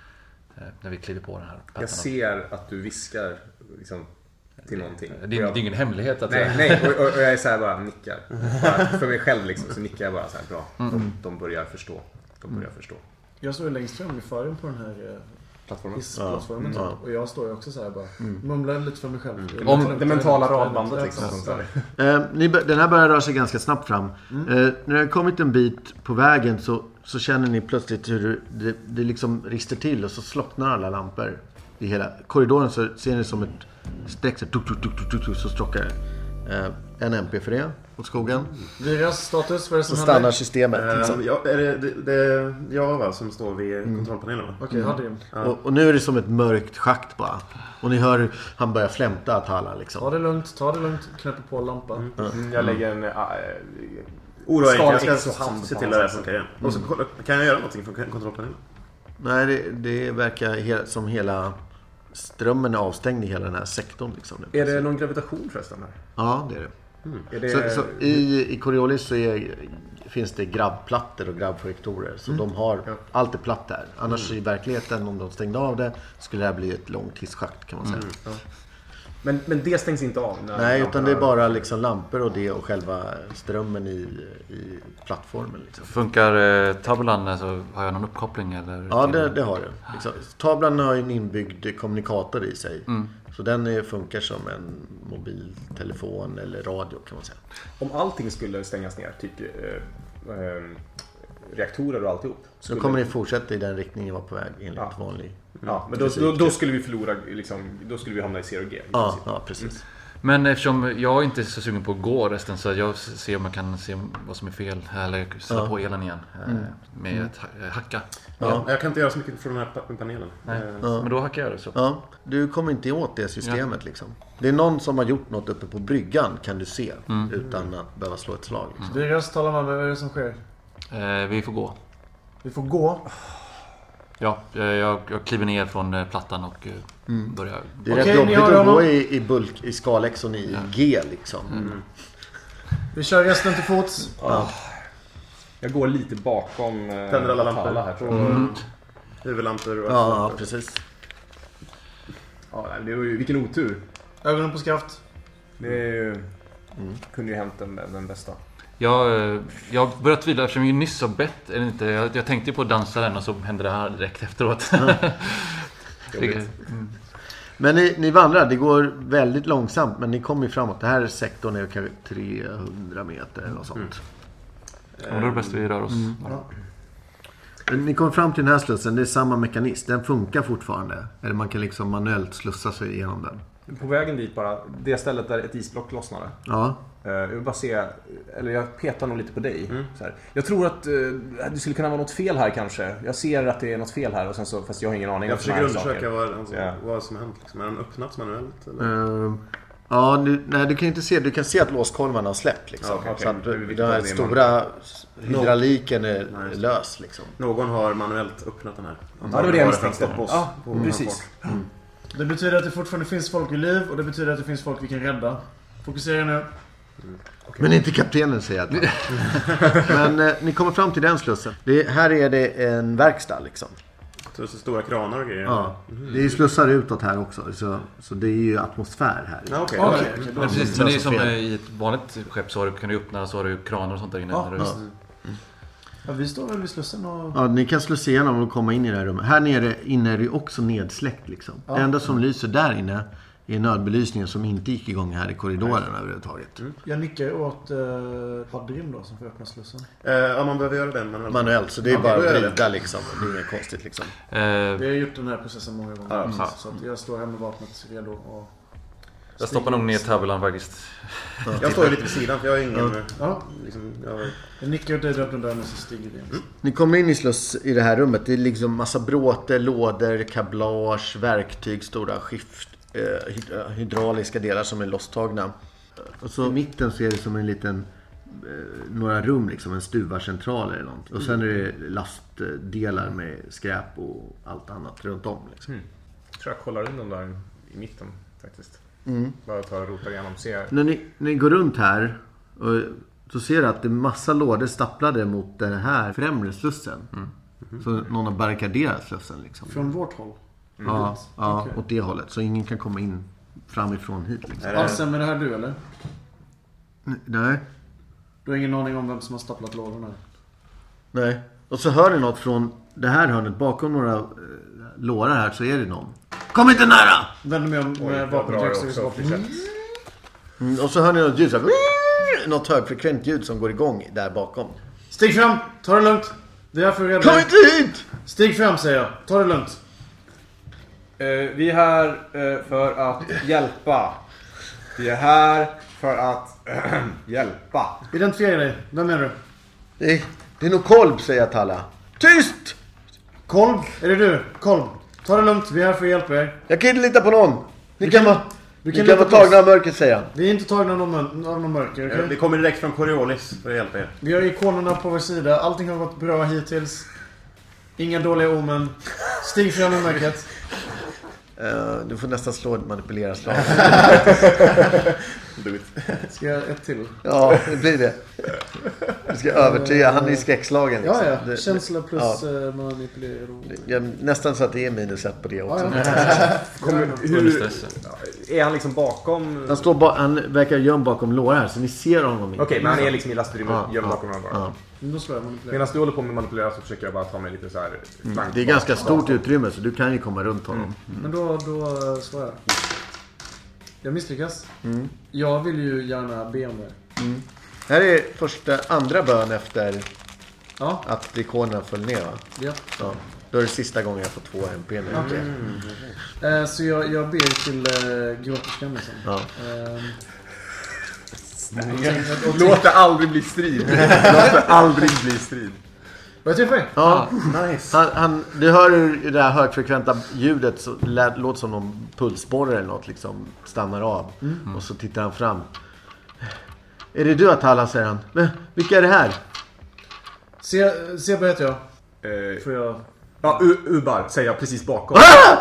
Speaker 7: När vi kliver på den här plattan.
Speaker 5: Jag ser att du viskar liksom, till någonting.
Speaker 7: Det är, jag, det är ingen hemlighet att
Speaker 5: nej,
Speaker 7: jag...
Speaker 5: nej, och, och, och jag är så här bara nickar. Bara för mig själv liksom, så nickar jag bara så här bra. Mm. De, de börjar förstå. De börjar förstå.
Speaker 4: Jag står längst fram i fören på den här
Speaker 5: plattformen.
Speaker 4: Plattformen ja. Och jag står ju också så här bara mm. mumlar lite för mig själv.
Speaker 5: Mm. Om det mentala radbandet liksom.
Speaker 3: Eh, ni, den här börjar röra sig ganska snabbt fram. Mm. Eh, när jag kommit en bit på vägen så, så känner ni plötsligt hur det, det liksom rister till och så slocknar alla lampor i hela korridoren. Så ser ni som ett streck så, tuk, tuk, tuk, tuk, tuk, så strockar eh, en M P för det åt skogen.
Speaker 4: Viras status, vad är det som
Speaker 3: så stannar systemet.
Speaker 6: Uh, liksom. ja, är det, det, det jag va, som står vid mm. kontrollpanelen.
Speaker 4: Okej, okay, hade mm.
Speaker 3: ja. och, och nu är det som ett mörkt schakt bara. Och ni hör han börjar flämta att alla liksom.
Speaker 4: Ta det lugnt, ta det lugnt, knäpper på lampan.
Speaker 5: Mm. Mm. Jag lägger en... Äh,
Speaker 6: Oroa jag ska se till att det funkar igen. Mm. Och så kan jag göra någonting från kontrollpanelen?
Speaker 3: Nej, det, det verkar he- som hela strömmen är avstängd i hela den här sektorn liksom.
Speaker 5: Är det någon gravitation förresten här?
Speaker 3: Ja, det är det.
Speaker 5: Mm. Är det...
Speaker 3: Så, så i, i Coriolis så är, finns det grabbplattor och grabbprojektorer. Så mm. de har, ja. allt är platt där. Annars mm. i verkligheten, om de stängde av det, skulle det här bli ett långt hisschakt kan man säga. Mm. Ja.
Speaker 5: Men, men det stängs inte av?
Speaker 3: Nej, utan det är bara liksom lampor och det och själva strömmen i, i plattformen. Liksom.
Speaker 7: Funkar eh, tablan? Alltså, har jag någon uppkoppling? Eller?
Speaker 3: Ja, det, det har jag. Liksom. Tablan har ju en inbyggd kommunikator i sig. Mm. Så den är, funkar som en mobiltelefon eller radio kan man säga.
Speaker 5: Om allting skulle stängas ner, typ eh, eh, reaktorer och alltihop.
Speaker 3: Så kommer ni fortsätta i den riktningen var på väg enligt
Speaker 5: ja.
Speaker 3: vanlig.
Speaker 5: Ja, men då, då, då skulle vi förlora, liksom, då skulle vi hamna i zero G.
Speaker 3: Ja, ja, precis. Mm.
Speaker 7: Men eftersom jag inte är så sugen på att gå resten så jag ser om jag kan se vad som är fel eller ställa ja. på elen igen mm. med mm. ett hacka.
Speaker 6: Ja. Ja, jag kan inte göra så mycket från den här panelen.
Speaker 7: Nej. Ja. Men då hackar jag det så.
Speaker 3: Ja, du kommer inte åt det systemet ja. liksom. Det är någon som har gjort något uppe på bryggan kan du se mm. utan att behöva slå ett slag. Liksom.
Speaker 4: Mm. Viras, tala med mig, vad är det som sker?
Speaker 7: Eh, vi får gå.
Speaker 4: Vi får gå?
Speaker 7: Ja, jag, jag kliver ner från plattan och mm. börjar...
Speaker 3: Det är rätt okay, jobbigt att gå i, i bulk, i skalex och i ja. G liksom.
Speaker 4: Mm. Vi kör resten till fots.
Speaker 5: Ja. Jag går lite bakom...
Speaker 6: Tänder alla lampor här tror jag. Mm. Huvudlampor och...
Speaker 3: Ja, ja, precis.
Speaker 5: Ja, det var ju, vilken otur.
Speaker 4: Ögonen på skaft.
Speaker 5: Det är ju, mm. kunde ju hänt den, den bästa.
Speaker 7: Jag, jag började tvivla eftersom jag nyss har bett eller inte. Jag, jag tänkte på dansaren och så hände det här direkt efteråt. Mm.
Speaker 3: mm. Men ni, ni vandrar, det går väldigt långsamt men ni kommer ju framåt. Det här sektorn är kanske trehundra meter eller något sånt. Mm.
Speaker 7: Ja, då är det bäst vi rör oss. Mm.
Speaker 3: Ja. Ni kommer fram till den här slussen, det är samma mekanism. Den funkar fortfarande. Eller man kan liksom manuellt slussa sig igenom den.
Speaker 5: På vägen dit bara, det stället där ett isblock lossnade.
Speaker 3: Ja.
Speaker 5: Jag vill bara se, eller jag petar nog lite på dig. Mm. Så här. Jag tror att uh, det skulle kunna vara något fel här kanske. Jag ser att det är något fel här och sen så, fast jag har ingen aning.
Speaker 6: Jag försöker undersöka vad, alltså, yeah. vad som har hänt. Liksom. Är den öppnats manuellt? Eller?
Speaker 3: Uh, ja, du, nej du kan inte se. Du kan se att låskolvarna har släppt. Liksom. Ja, okay. Så att den här stora hydrauliken är no. lös. Liksom.
Speaker 6: Någon har manuellt öppnat den här.
Speaker 5: Ja, det var det jag misstänkte. Ja,
Speaker 3: mm.
Speaker 5: precis.
Speaker 3: Mm.
Speaker 4: Det betyder att det fortfarande finns folk i liv och det betyder att det finns folk vi kan rädda. Fokusera nu.
Speaker 3: Mm. Okay. Men inte kaptenen säger att Men eh, ni kommer fram till den slussen. Det, här är det en verkstad liksom.
Speaker 6: Så det är så stora kranar och grejer.
Speaker 3: Ja, mm. det är slussar utåt här också. Så, så det är ju atmosfär här.
Speaker 6: Ja, okay.
Speaker 7: Okay. Okay. Okay. Men, precis, men det är som i ett vanligt skepp så kan du öppna så har du kranar och sånt där inne.
Speaker 3: Ja, ja.
Speaker 7: Mm.
Speaker 4: Ja, vi står väl vid slussen och...
Speaker 3: Ja, ni kan slussa igenom och komma in i det här rummet. Här nere inne är det också nedsläckt liksom. Ja. Det enda som lyser där inne är nödbelysningen som inte gick igång här i korridoren Nej. överhuvudtaget. Mm.
Speaker 4: Jag nickar åt uh, Hadrim då som får öppna slussen.
Speaker 6: Uh, ja, man behöver göra det manuellt.
Speaker 3: Manuellt, så det är ja, bara att vrida liksom. Det är inget konstigt liksom.
Speaker 7: Uh,
Speaker 4: Vi har gjort den här processen många gånger. Uh, så, så att jag står här med vapnet redo och...
Speaker 7: Jag stoppar nog ner tabellan faktiskt.
Speaker 6: Ja. Jag står lite vid sidan för jag har ingen...
Speaker 4: Ja.
Speaker 6: Liksom, jag...
Speaker 4: jag nickar åt dig öppna dörren och så stiger vi in. Mm.
Speaker 3: Ni kommer in i sluss i det här rummet. Det är liksom massa bråte, lådor, kablage, verktyg, stora skift, eh, hydrauliska delar som är losstagna. Och så i mitten så är det som en liten... Eh, några rum liksom, en stuvarcentral eller något. Och sen är det lastdelar med skräp och allt annat runt om liksom. Mm.
Speaker 5: tror jag kollar in dem där i mitten faktiskt.
Speaker 3: Mm.
Speaker 5: Bara ta och rota igenom. Se.
Speaker 3: När ni, ni går runt här och så ser du att det är massa lådor staplade mot den här främre slussen. Mm. Mm. Så någon har barrikaderat slussen liksom.
Speaker 4: Från vårt håll?
Speaker 3: Mm. Ja, ja okay. Åt det hållet. Så ingen kan komma in framifrån hit liksom.
Speaker 4: Är det... Alltså, men det här du eller?
Speaker 3: Nej.
Speaker 4: Du har ingen aning om vem som har staplat lådorna?
Speaker 3: Nej. Och så hör ni något från det här hörnet. Bakom några äh, lårar här så är det någon. Kom inte nära!
Speaker 4: Vänder mig om med vapentext.
Speaker 3: Mm, och så hör ni något ljud så här, något högfrekvent ljud som går igång där bakom.
Speaker 4: Stig fram, ta det lugnt. Vi är här för att rädda.
Speaker 3: Kom inte hit!
Speaker 4: Stig fram säger jag, ta det lugnt.
Speaker 5: Uh, vi är här uh, för att hjälpa. Vi är här för att uh, hjälpa.
Speaker 4: Identifiera dig, vem är du?
Speaker 3: Det är, det är nog Kolb, säger Talla. Tyst!
Speaker 4: Kolb, är det du? Kolb, ta det lugnt, vi är här för att hjälpa er.
Speaker 3: Jag kan inte lita på någon. Ni
Speaker 4: Vi
Speaker 3: kan,
Speaker 4: kan-
Speaker 3: vara,
Speaker 4: vi
Speaker 3: ni
Speaker 4: kan
Speaker 3: kan
Speaker 4: lita
Speaker 3: vara
Speaker 4: på
Speaker 3: tagna av mörkret, säger han.
Speaker 4: Vi är inte tagna av någon, av någon mörker, okej?
Speaker 6: Okay? Vi kommer direkt från Coriolis för att hjälpa er.
Speaker 4: Vi har ikonerna på vår sida, allting har gått bra hittills. Inga dåliga omen. Stig fram i mörkret.
Speaker 3: Uh, du får nästan slå ett manipulera slag.
Speaker 4: Ska jag ett till?
Speaker 3: Ja, det blir det. Du ska övertyga. Han är i skräckslagen.
Speaker 4: Liksom.
Speaker 3: Liksom.
Speaker 4: Ja, ja. Känsla plus ja. manipulera.
Speaker 3: Jag, nästan så att det är minus ett på det också.
Speaker 4: Ja, ja.
Speaker 5: Kommer, hur, är han liksom bakom...
Speaker 3: Han, står ba- han verkar gömd bakom lårar här, så ni ser honom inte.
Speaker 5: Okej, okay, men han är liksom i lastrummet
Speaker 3: ja,
Speaker 5: gömd
Speaker 3: ja,
Speaker 5: bakom honom bara.
Speaker 3: Ja.
Speaker 5: Medan du håller på med manipulera så försöker jag bara ta mig lite så här...
Speaker 3: Mm. Det är ganska stort utrymme, så du kan ju komma runt honom. Mm.
Speaker 4: Mm. Men då, då svarar jag. Jag misslyckas.
Speaker 3: Mm.
Speaker 4: Jag vill ju gärna be om det.
Speaker 3: Mm. Här är första, andra bön efter
Speaker 4: ja.
Speaker 3: att ikonerna föll ner, va?
Speaker 4: Ja.
Speaker 3: Ja. Då är det sista gången jag får två M P nu.
Speaker 4: Okay. Mm. Eh, så jag, jag ber till eh, gråterskan liksom.
Speaker 3: Ja.
Speaker 4: Eh,
Speaker 5: Låt det aldrig bli strid. Låt det aldrig bli strid.
Speaker 4: Vad är det för?
Speaker 3: Ja, nice. Han, han, du hör hur det här högfrekventa ljudet så lät, låter som någon pulsborre eller något liksom stannar av. Mm. Och så tittar han fram. Är det du, Atala, säger han. Men vilka är det här?
Speaker 4: Se, se vad heter jag?
Speaker 5: Eh,
Speaker 4: Får jag...
Speaker 5: Ja, U- Ubar säger jag precis bakom.
Speaker 3: Ah!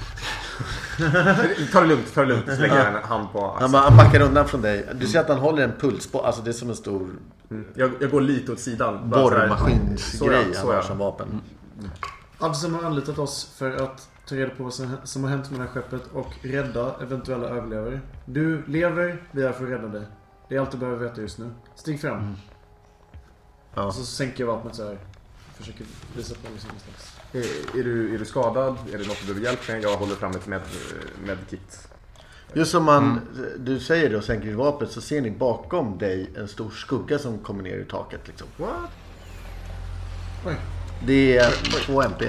Speaker 5: Ta det lugnt, ta det lugnt. Slänger jag en hand på axeln.
Speaker 3: Han, bara, han backar undan från dig. Du ser att han håller en pulsborre. Alltså det är som en stor...
Speaker 5: Mm. Jag, jag går lite åt sidan.
Speaker 3: Borrmaskinsgrej han har som vapen.
Speaker 4: Mm. Allt som har anlitat oss för att ta reda på vad som, som har hänt med det här skeppet och rädda eventuella överlevare. Du lever, vi är för att rädda dig. Det är allt du behöver veta just nu. Stig fram. Mm.
Speaker 3: Ja.
Speaker 4: Och så sänker jag vapnet så här. Försöker visa på liksom någonstans.
Speaker 5: Är, är, du, är du skadad? Är det något du behöver hjälp med? Jag håller fram ett med, medkit.
Speaker 3: Just som man, mm. du säger det och sänker vapnet, så ser ni bakom dig en stor skugga som kommer ner i taket liksom.
Speaker 4: What? Oj.
Speaker 3: Det är två M P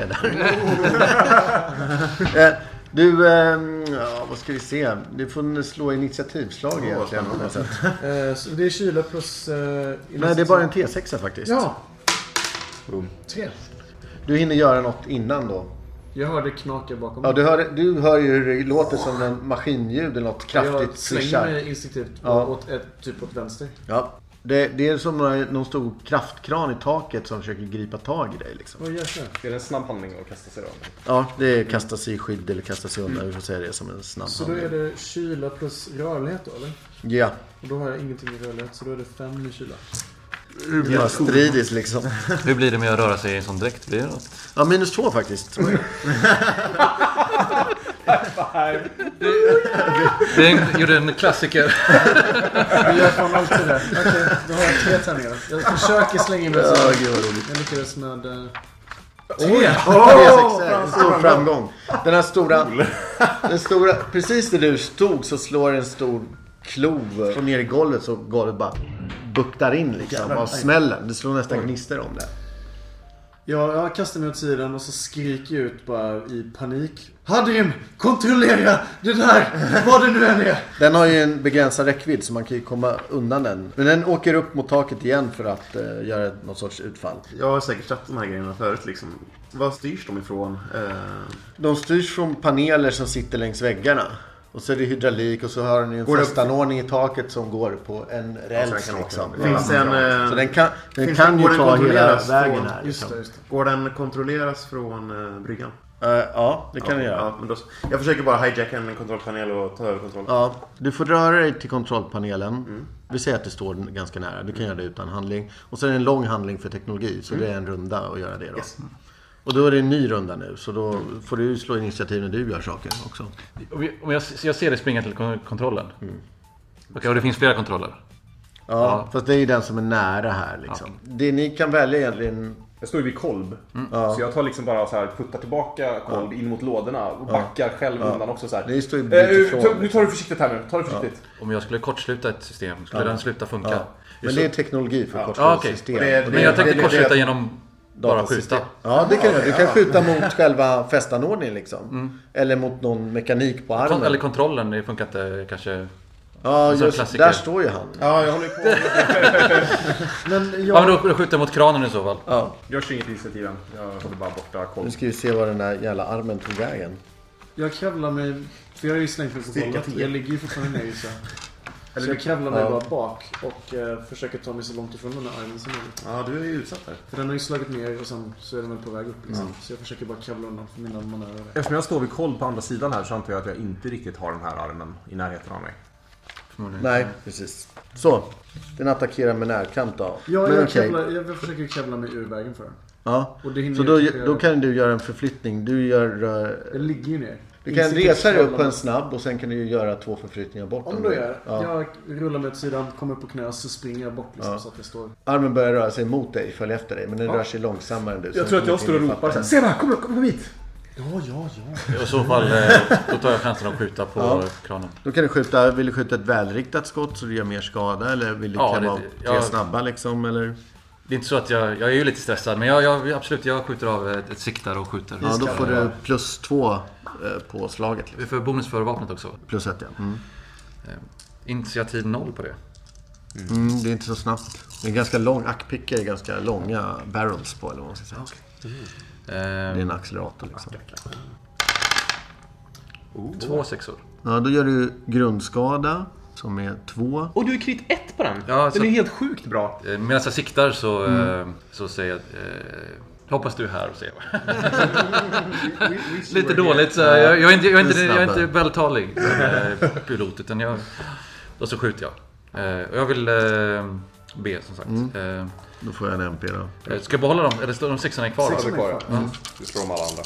Speaker 3: där. Du, ja, vad ska vi se? Du får slå initiativslag egentligen.
Speaker 4: Så det är kyla plus...
Speaker 3: Nej, det är bara en T sex faktiskt.
Speaker 4: Ja. Tre.
Speaker 3: Du hinner göra något innan då.
Speaker 4: Jag hörde knaka bakom.
Speaker 3: Ja, du hör, du hör ju hur det låter som en maskinljud eller något kraftigt.
Speaker 4: Jag slänger swishar. mig instinktivt
Speaker 3: ja.
Speaker 4: åt ett, typ åt vänster.
Speaker 3: Ja. Det, det är som någon, någon stor kraftkran i taket som försöker gripa tag i dig liksom.
Speaker 4: Vad görs det?
Speaker 5: Är det en snabb handling att kasta sig undan?
Speaker 3: Ja, det är kasta sig i skydd eller kasta sig undan. Vi får säga det som en snabb
Speaker 4: så
Speaker 3: handling.
Speaker 4: Så då är det kyla plus rörlighet då, eller?
Speaker 3: Ja.
Speaker 4: Och då har jag ingenting i rörlighet, så då är det fem i kyla.
Speaker 3: Ja, stridis liksom.
Speaker 7: Hur blir det med att röra sig i en sån dräkt? Blir det något?
Speaker 3: Ja, minus två faktiskt.
Speaker 7: Det gjorde en klassiker.
Speaker 4: Vi gör från allt till det. Okej, då har jag tre tärningar. Jag försöker slänga in mig så.
Speaker 3: Ja, gud vad roligt.
Speaker 4: Jag lyckades med... Uh...
Speaker 3: Tre! Oh, stor framgång. Den här stora... Den stora... Precis där du stod så slår en stor klov från ner i golvet, så golvet bara buktar in liksom av smällen. Det slår nästan gnister om det.
Speaker 4: Ja, jag kastar mig åt sidan och så skriker jag ut bara i panik. Hadrim, kontrollera det där, vad det nu än är.
Speaker 3: Den har ju en begränsad räckvidd så man kan ju komma undan den. Men den åker upp mot taket igen för att uh, göra något sorts utfall.
Speaker 6: Jag har säkert sett de här grejerna förut liksom. Vad styrs de ifrån? Uh...
Speaker 3: De styrs från paneler som sitter längs väggarna. Och så är det hydraulik och så har den en fästanordning i taket som går på en räls liksom.
Speaker 6: Finns en,
Speaker 3: så den kan, den kan ju ta hela vägen här.
Speaker 4: Just det, just det.
Speaker 6: Går den kontrolleras från uh, bryggan?
Speaker 3: Uh, ja, det kan
Speaker 6: ja,
Speaker 3: du göra.
Speaker 6: Ja, men då, jag försöker bara hijacka en kontrollpanel och ta över kontrollen.
Speaker 3: Ja, du får röra dig till kontrollpanelen. Mm. Vi säger att det står ganska nära. Du kan mm. göra det utan handling. Och så är det en lång handling för teknologi. Så mm. det är en runda att göra det då. Yes. Och då är det en ny runda nu. Så då mm. får du slå initiativ när du gör saker också.
Speaker 7: Om jag, jag ser dig springa till kontrollen. Mm. Okej, okay, och det finns flera kontroller.
Speaker 3: Ja, ja, fast det är ju den som är nära här liksom. Ja. Det ni kan välja egentligen...
Speaker 5: Jag står ju vid kolb. Mm. Ja. Så jag tar liksom bara så här, puttar tillbaka kolb ja. in mot lådorna och backar ja. själv ja. undan också så här.
Speaker 3: Det står ju
Speaker 5: eh, ta, nu tar du försiktigt här nu. Ta det försiktigt.
Speaker 7: Ja. Om jag skulle kortsluta ett system, skulle ja. den sluta funka? Ja.
Speaker 3: Men det är teknologi för ja. kortsluta
Speaker 7: ja, okay.
Speaker 3: system.
Speaker 7: Det, det, Men jag tänkte kortsluta genom bara skjuta.
Speaker 3: Ja, det kan du. Du kan skjuta mot själva fästanordningen liksom. Mm. Eller mot någon mekanik på armen.
Speaker 7: Eller kontrollen, det funkar inte kanske...
Speaker 3: Ja, just där står ju han.
Speaker 5: Ja, jag håller på.
Speaker 7: men jag... Ja, men då skjuter jag mot kranen i så fall.
Speaker 3: Ja.
Speaker 5: Jag kör inget initiativ än. Jag håller bara borta koll.
Speaker 3: Nu ska vi se vad den där jävla armen tog vägen.
Speaker 4: Jag kravlar mig... För jag är ju slängt mig på golvet. Jag ligger ju fortfarande ner så. Eller så jag kravlar mig ja. bara bak och uh, försöker ta mig så långt ifrån den här armen som möjligt.
Speaker 6: Ja, du är ju utsatt där.
Speaker 4: För den har ju slagit ner och sen så är den väl på väg upp liksom. Mm. Så jag försöker bara kravla undan för mina manöver.
Speaker 5: Eftersom jag står vid koll på andra sidan här så antar jag att jag inte riktigt har den här armen i närheten av mig.
Speaker 3: Nej, precis. Så, den attackerar med närkamp då.
Speaker 4: Ja, jag, okay. kravlar, jag försöker kravla mig ur vägen för den.
Speaker 3: Ja, och det så då, då kan du göra en förflyttning. Du gör... Uh,
Speaker 4: jag ligger ju ner.
Speaker 3: Du kan resa dig upp på en snabb och sen kan du ju göra två förflyttningar bort.
Speaker 4: Om du gör. Ja. Jag rullar mig åt sidan, kommer upp på knä och så springer jag bort liksom, ja. så att jag står...
Speaker 3: Armen börjar röra sig mot dig, följ efter dig. Men den ja. rör sig långsammare än du.
Speaker 5: Jag tror att jag står och ropar så här, Seba, kom, kom, kom hit!
Speaker 4: Ja, ja, ja.
Speaker 7: I så fall då tar jag chansen att skjuta på ja. kranen.
Speaker 3: Då kan du skjuta, vill du skjuta ett välriktat skott så du gör mer skada? Eller vill du ja, vara tre snabba liksom? Eller?
Speaker 7: Det är inte så att jag, jag är ju lite stressad. Men jag, jag, absolut, jag skjuter av ett, ett siktar och skjuter.
Speaker 3: Ja, då får du plus två på slaget. Liksom.
Speaker 7: Vi får bonus för vapnet också.
Speaker 3: Plus ett, ja. Mm.
Speaker 7: Initiativ noll på det.
Speaker 3: Mm. Mm, det är inte så snabbt. Det är ganska lång, ackpickar är ganska långa barrels på, eller vad man ska säga. Okay. Mm. Det är en accelerator liksom.
Speaker 7: Oh. Två sexor.
Speaker 3: Ja, då gör du grundskada som är två.
Speaker 5: Och du är krit ett på den.
Speaker 7: Ja,
Speaker 5: den
Speaker 7: så,
Speaker 5: är helt sjukt bra.
Speaker 7: Medan jag siktar så, mm. så säger jag eh, hoppas du är här och ser. Lite dåligt så jag, jag är inte jag är inte jag är inte vältalig eh, pilot utan jag då så skjuter jag. Eh, och jag vill eh, be som sagt. Mm. Eh,
Speaker 3: Då får jag en M P då.
Speaker 7: Ska jag behålla dem? Eller står de sexorna kvar?
Speaker 5: Sexorna kvar, ja. Mm. Du slår de alla andra.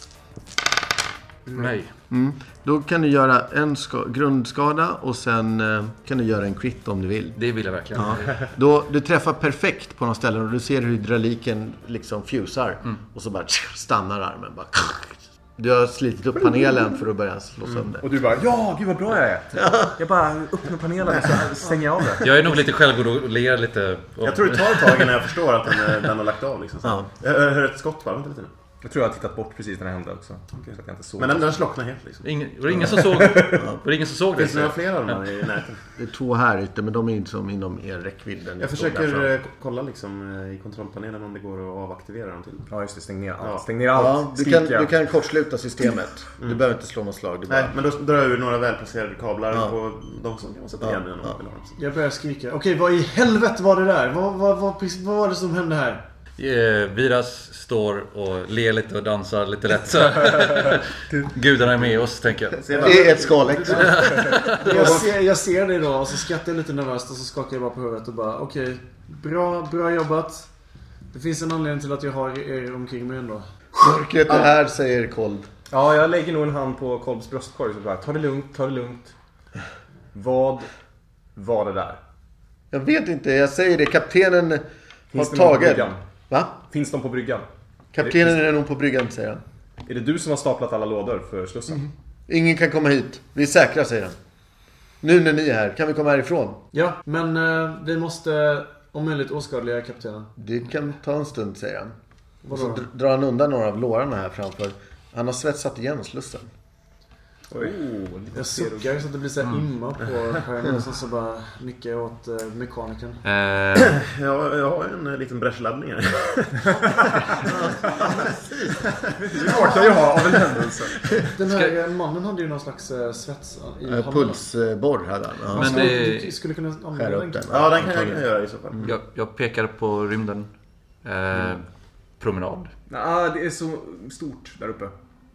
Speaker 7: Mm. Nej.
Speaker 3: Mm. Då kan du göra en ska- grundskada och sen eh, kan du göra en crit om du vill.
Speaker 7: Det vill jag verkligen.
Speaker 3: Ja. Då, du träffar perfekt på några ställen och du ser hur hydrauliken liksom fusar. Mm. Och så bara stannar armen. Bara. Du har slitit upp panelen för att börja slå sönder. Mm.
Speaker 5: Och du bara, ja, gud vad bra jag är. Ja. Jag bara öppnar panelen och så stänger jag av det.
Speaker 7: Jag är nog lite självgod och ler lite.
Speaker 6: Och... Jag tror det tar ett tag innan jag förstår att den, den har lagt av. Liksom. Ja. Jag hör ett skott bara, vänta lite nu.
Speaker 5: Jag tror jag har tittat bort precis när det hände också. Okay. Så att jag inte såg.
Speaker 6: Men den, den slocknar helt liksom.
Speaker 7: Ingen, var det ingen som såg det? Var det ingen som såg det?
Speaker 6: Finns det några fler av dem i närheten?
Speaker 3: Det är två här ute, men de är inte som inom er räckvidd.
Speaker 6: Jag försöker kolla liksom i kontrollpanelen om det går att avaktivera dem till.
Speaker 5: Ja, just det. Stäng ner allt. Ja. Stäng ner allt.
Speaker 3: Ja, du, kan, du kan kortsluta systemet. Mm. Du behöver inte slå något slag. Du bara...
Speaker 6: Nej, men då drar jag ur några välplacerade kablar ja. på de som kan sätta igen. Ja. Ja.
Speaker 4: Jag börjar skrika. Okej, vad i helvete var det där? Vad, vad, vad, vad var det som hände här?
Speaker 7: Eh, Viras står och ler lite och dansar lite lätt så. Gudarna är med oss, tänker jag.
Speaker 3: Det är ett skalex.
Speaker 4: jag, ser, jag ser det då och så skrattar jag lite nervöst och så skakar jag bara på huvudet och bara okej, okay, bra, bra jobbat. Det finns en anledning till att jag har er omkring mig ändå.
Speaker 3: Mörkret är här, säger Kolb.
Speaker 5: Ja, jag lägger nog en hand på Kolbs bröstkorg och bara, ta det lugnt, ta det lugnt. Vad var det där?
Speaker 3: Jag vet inte, jag säger det. Kaptenen har tagit... Va?
Speaker 5: Finns de på bryggan?
Speaker 3: Kaptenen är, är nog på bryggan, säger han.
Speaker 5: Är det du som har staplat alla lådor för slussen? Mm.
Speaker 3: Ingen kan komma hit. Vi är säkra, säger han. Nu när ni är här, kan vi komma härifrån?
Speaker 4: Ja, men eh, vi måste om möjligt oskadliga kaptenen.
Speaker 3: Det kan ta en stund, säger han. Och så drar han undan några av lårarna här framför. Han har svetsat igen slussen.
Speaker 4: Oj. Oh, jag suckar så att det blir så här imma på skärmen och så bara nickar jag åt uh, mekanikern.
Speaker 6: Uh. Ja, jag har en uh, liten bräschladdning här.
Speaker 5: Det orkar ju ha av en händelse.
Speaker 4: Den här mannen hade ju någon slags uh, svets i
Speaker 3: uh, pulsborr hade han.
Speaker 4: Ja. Men det... Du skulle kunna använda den.
Speaker 6: den. Ja, den kan jag kunna göra i så fall.
Speaker 7: Mm. Jag, jag pekar på rymden. Uh, mm. Promenad.
Speaker 5: Ja, det är så stort där uppe.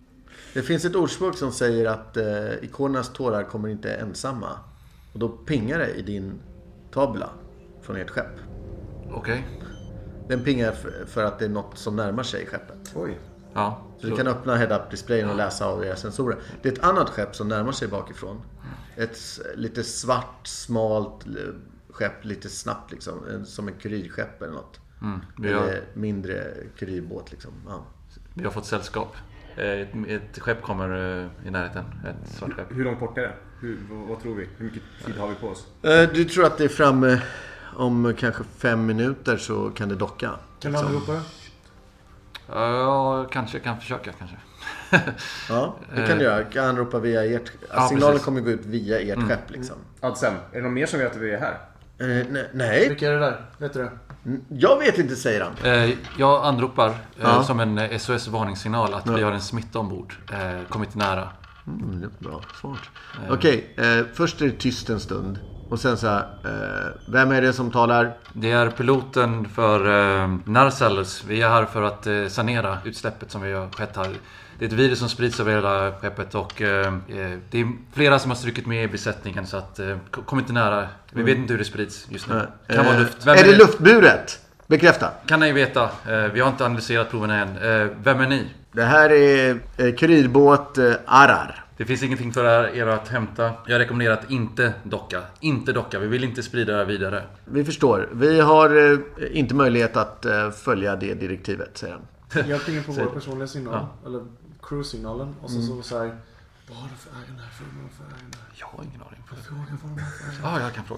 Speaker 3: Det finns ett ordspråk som säger att eh, ikonernas tårar kommer inte ensamma. Och då pingar det i din tabla från ert skepp.
Speaker 7: Okej. Okay.
Speaker 3: Den pingar för, för att det är något som närmar sig skeppet.
Speaker 5: Oj.
Speaker 7: Ja.
Speaker 3: Så du kan öppna head-up-displayen och läsa av era sensorer. Det är ett annat skepp som närmar sig bakifrån. Ett lite svart, smalt skepp, lite snabbt liksom. Som en kurirskepp eller något.
Speaker 7: Mm. Vi har...
Speaker 3: Eller mindre kurirbåt liksom. Ja.
Speaker 7: Vi har fått sällskap. Ett, ett skepp kommer i närheten. Ett svart skepp.
Speaker 5: Hur långt bort är det? Hur, vad, vad tror vi? Hur mycket tid har vi på oss?
Speaker 3: Du tror att det är framme om kanske fem minuter så kan det docka.
Speaker 4: Kan du anropa det?
Speaker 7: Ja, kanske. Kan försöka kanske.
Speaker 3: Ja, det kan du göra. Kan anropa via ert...
Speaker 7: Ja,
Speaker 3: signalen
Speaker 7: precis.
Speaker 3: kommer gå ut via ert mm. skepp liksom.
Speaker 5: Adsen, är det någon mer som vet att vi är här?
Speaker 3: Eh, ne- nej.
Speaker 4: Vilka är det där? Vet du det?
Speaker 3: Jag vet inte, säger han.
Speaker 7: Eh, jag anropar eh,
Speaker 3: ja.
Speaker 7: som en S O S-varningssignal att ja. vi har en smitta ombord. Eh, kommit nära.
Speaker 3: Mm, det är bra, svårt. Eh. Okej, okay, eh, först är det tyst en stund. Och sen så här, eh, vem är det som talar?
Speaker 7: Det är piloten för eh, Narcellus. Vi är här för att eh, sanera utsläppet som vi har skett här. Det är ett virus som sprids över hela skeppet och eh, det är flera som har strukit med i besättningen så att eh, kom inte nära. Vi vet inte hur det sprids just nu. Det kan
Speaker 3: eh,
Speaker 7: vara luft.
Speaker 3: Vem är, är det luftburet? Bekräfta.
Speaker 7: Kan ni veta. Eh, vi har inte analyserat proven än. Eh, vem är ni?
Speaker 3: Det här är eh, kurirbåt eh, Arar.
Speaker 7: Det finns ingenting för er att hämta. Jag rekommenderar att inte docka. Inte docka. Vi vill inte sprida det vidare.
Speaker 3: Vi förstår. Vi har eh, inte möjlighet att eh, följa det direktivet, säger han.
Speaker 4: Jag pingar på vår personliga signal. Ja. Eller crew-signalen. Och så, mm. så, så här. Vad har du för ägare här? Fråga vad för ägare här?
Speaker 7: Jag har ingen aning.
Speaker 4: Fråga vad de har för ägare.
Speaker 7: Ja, jag kan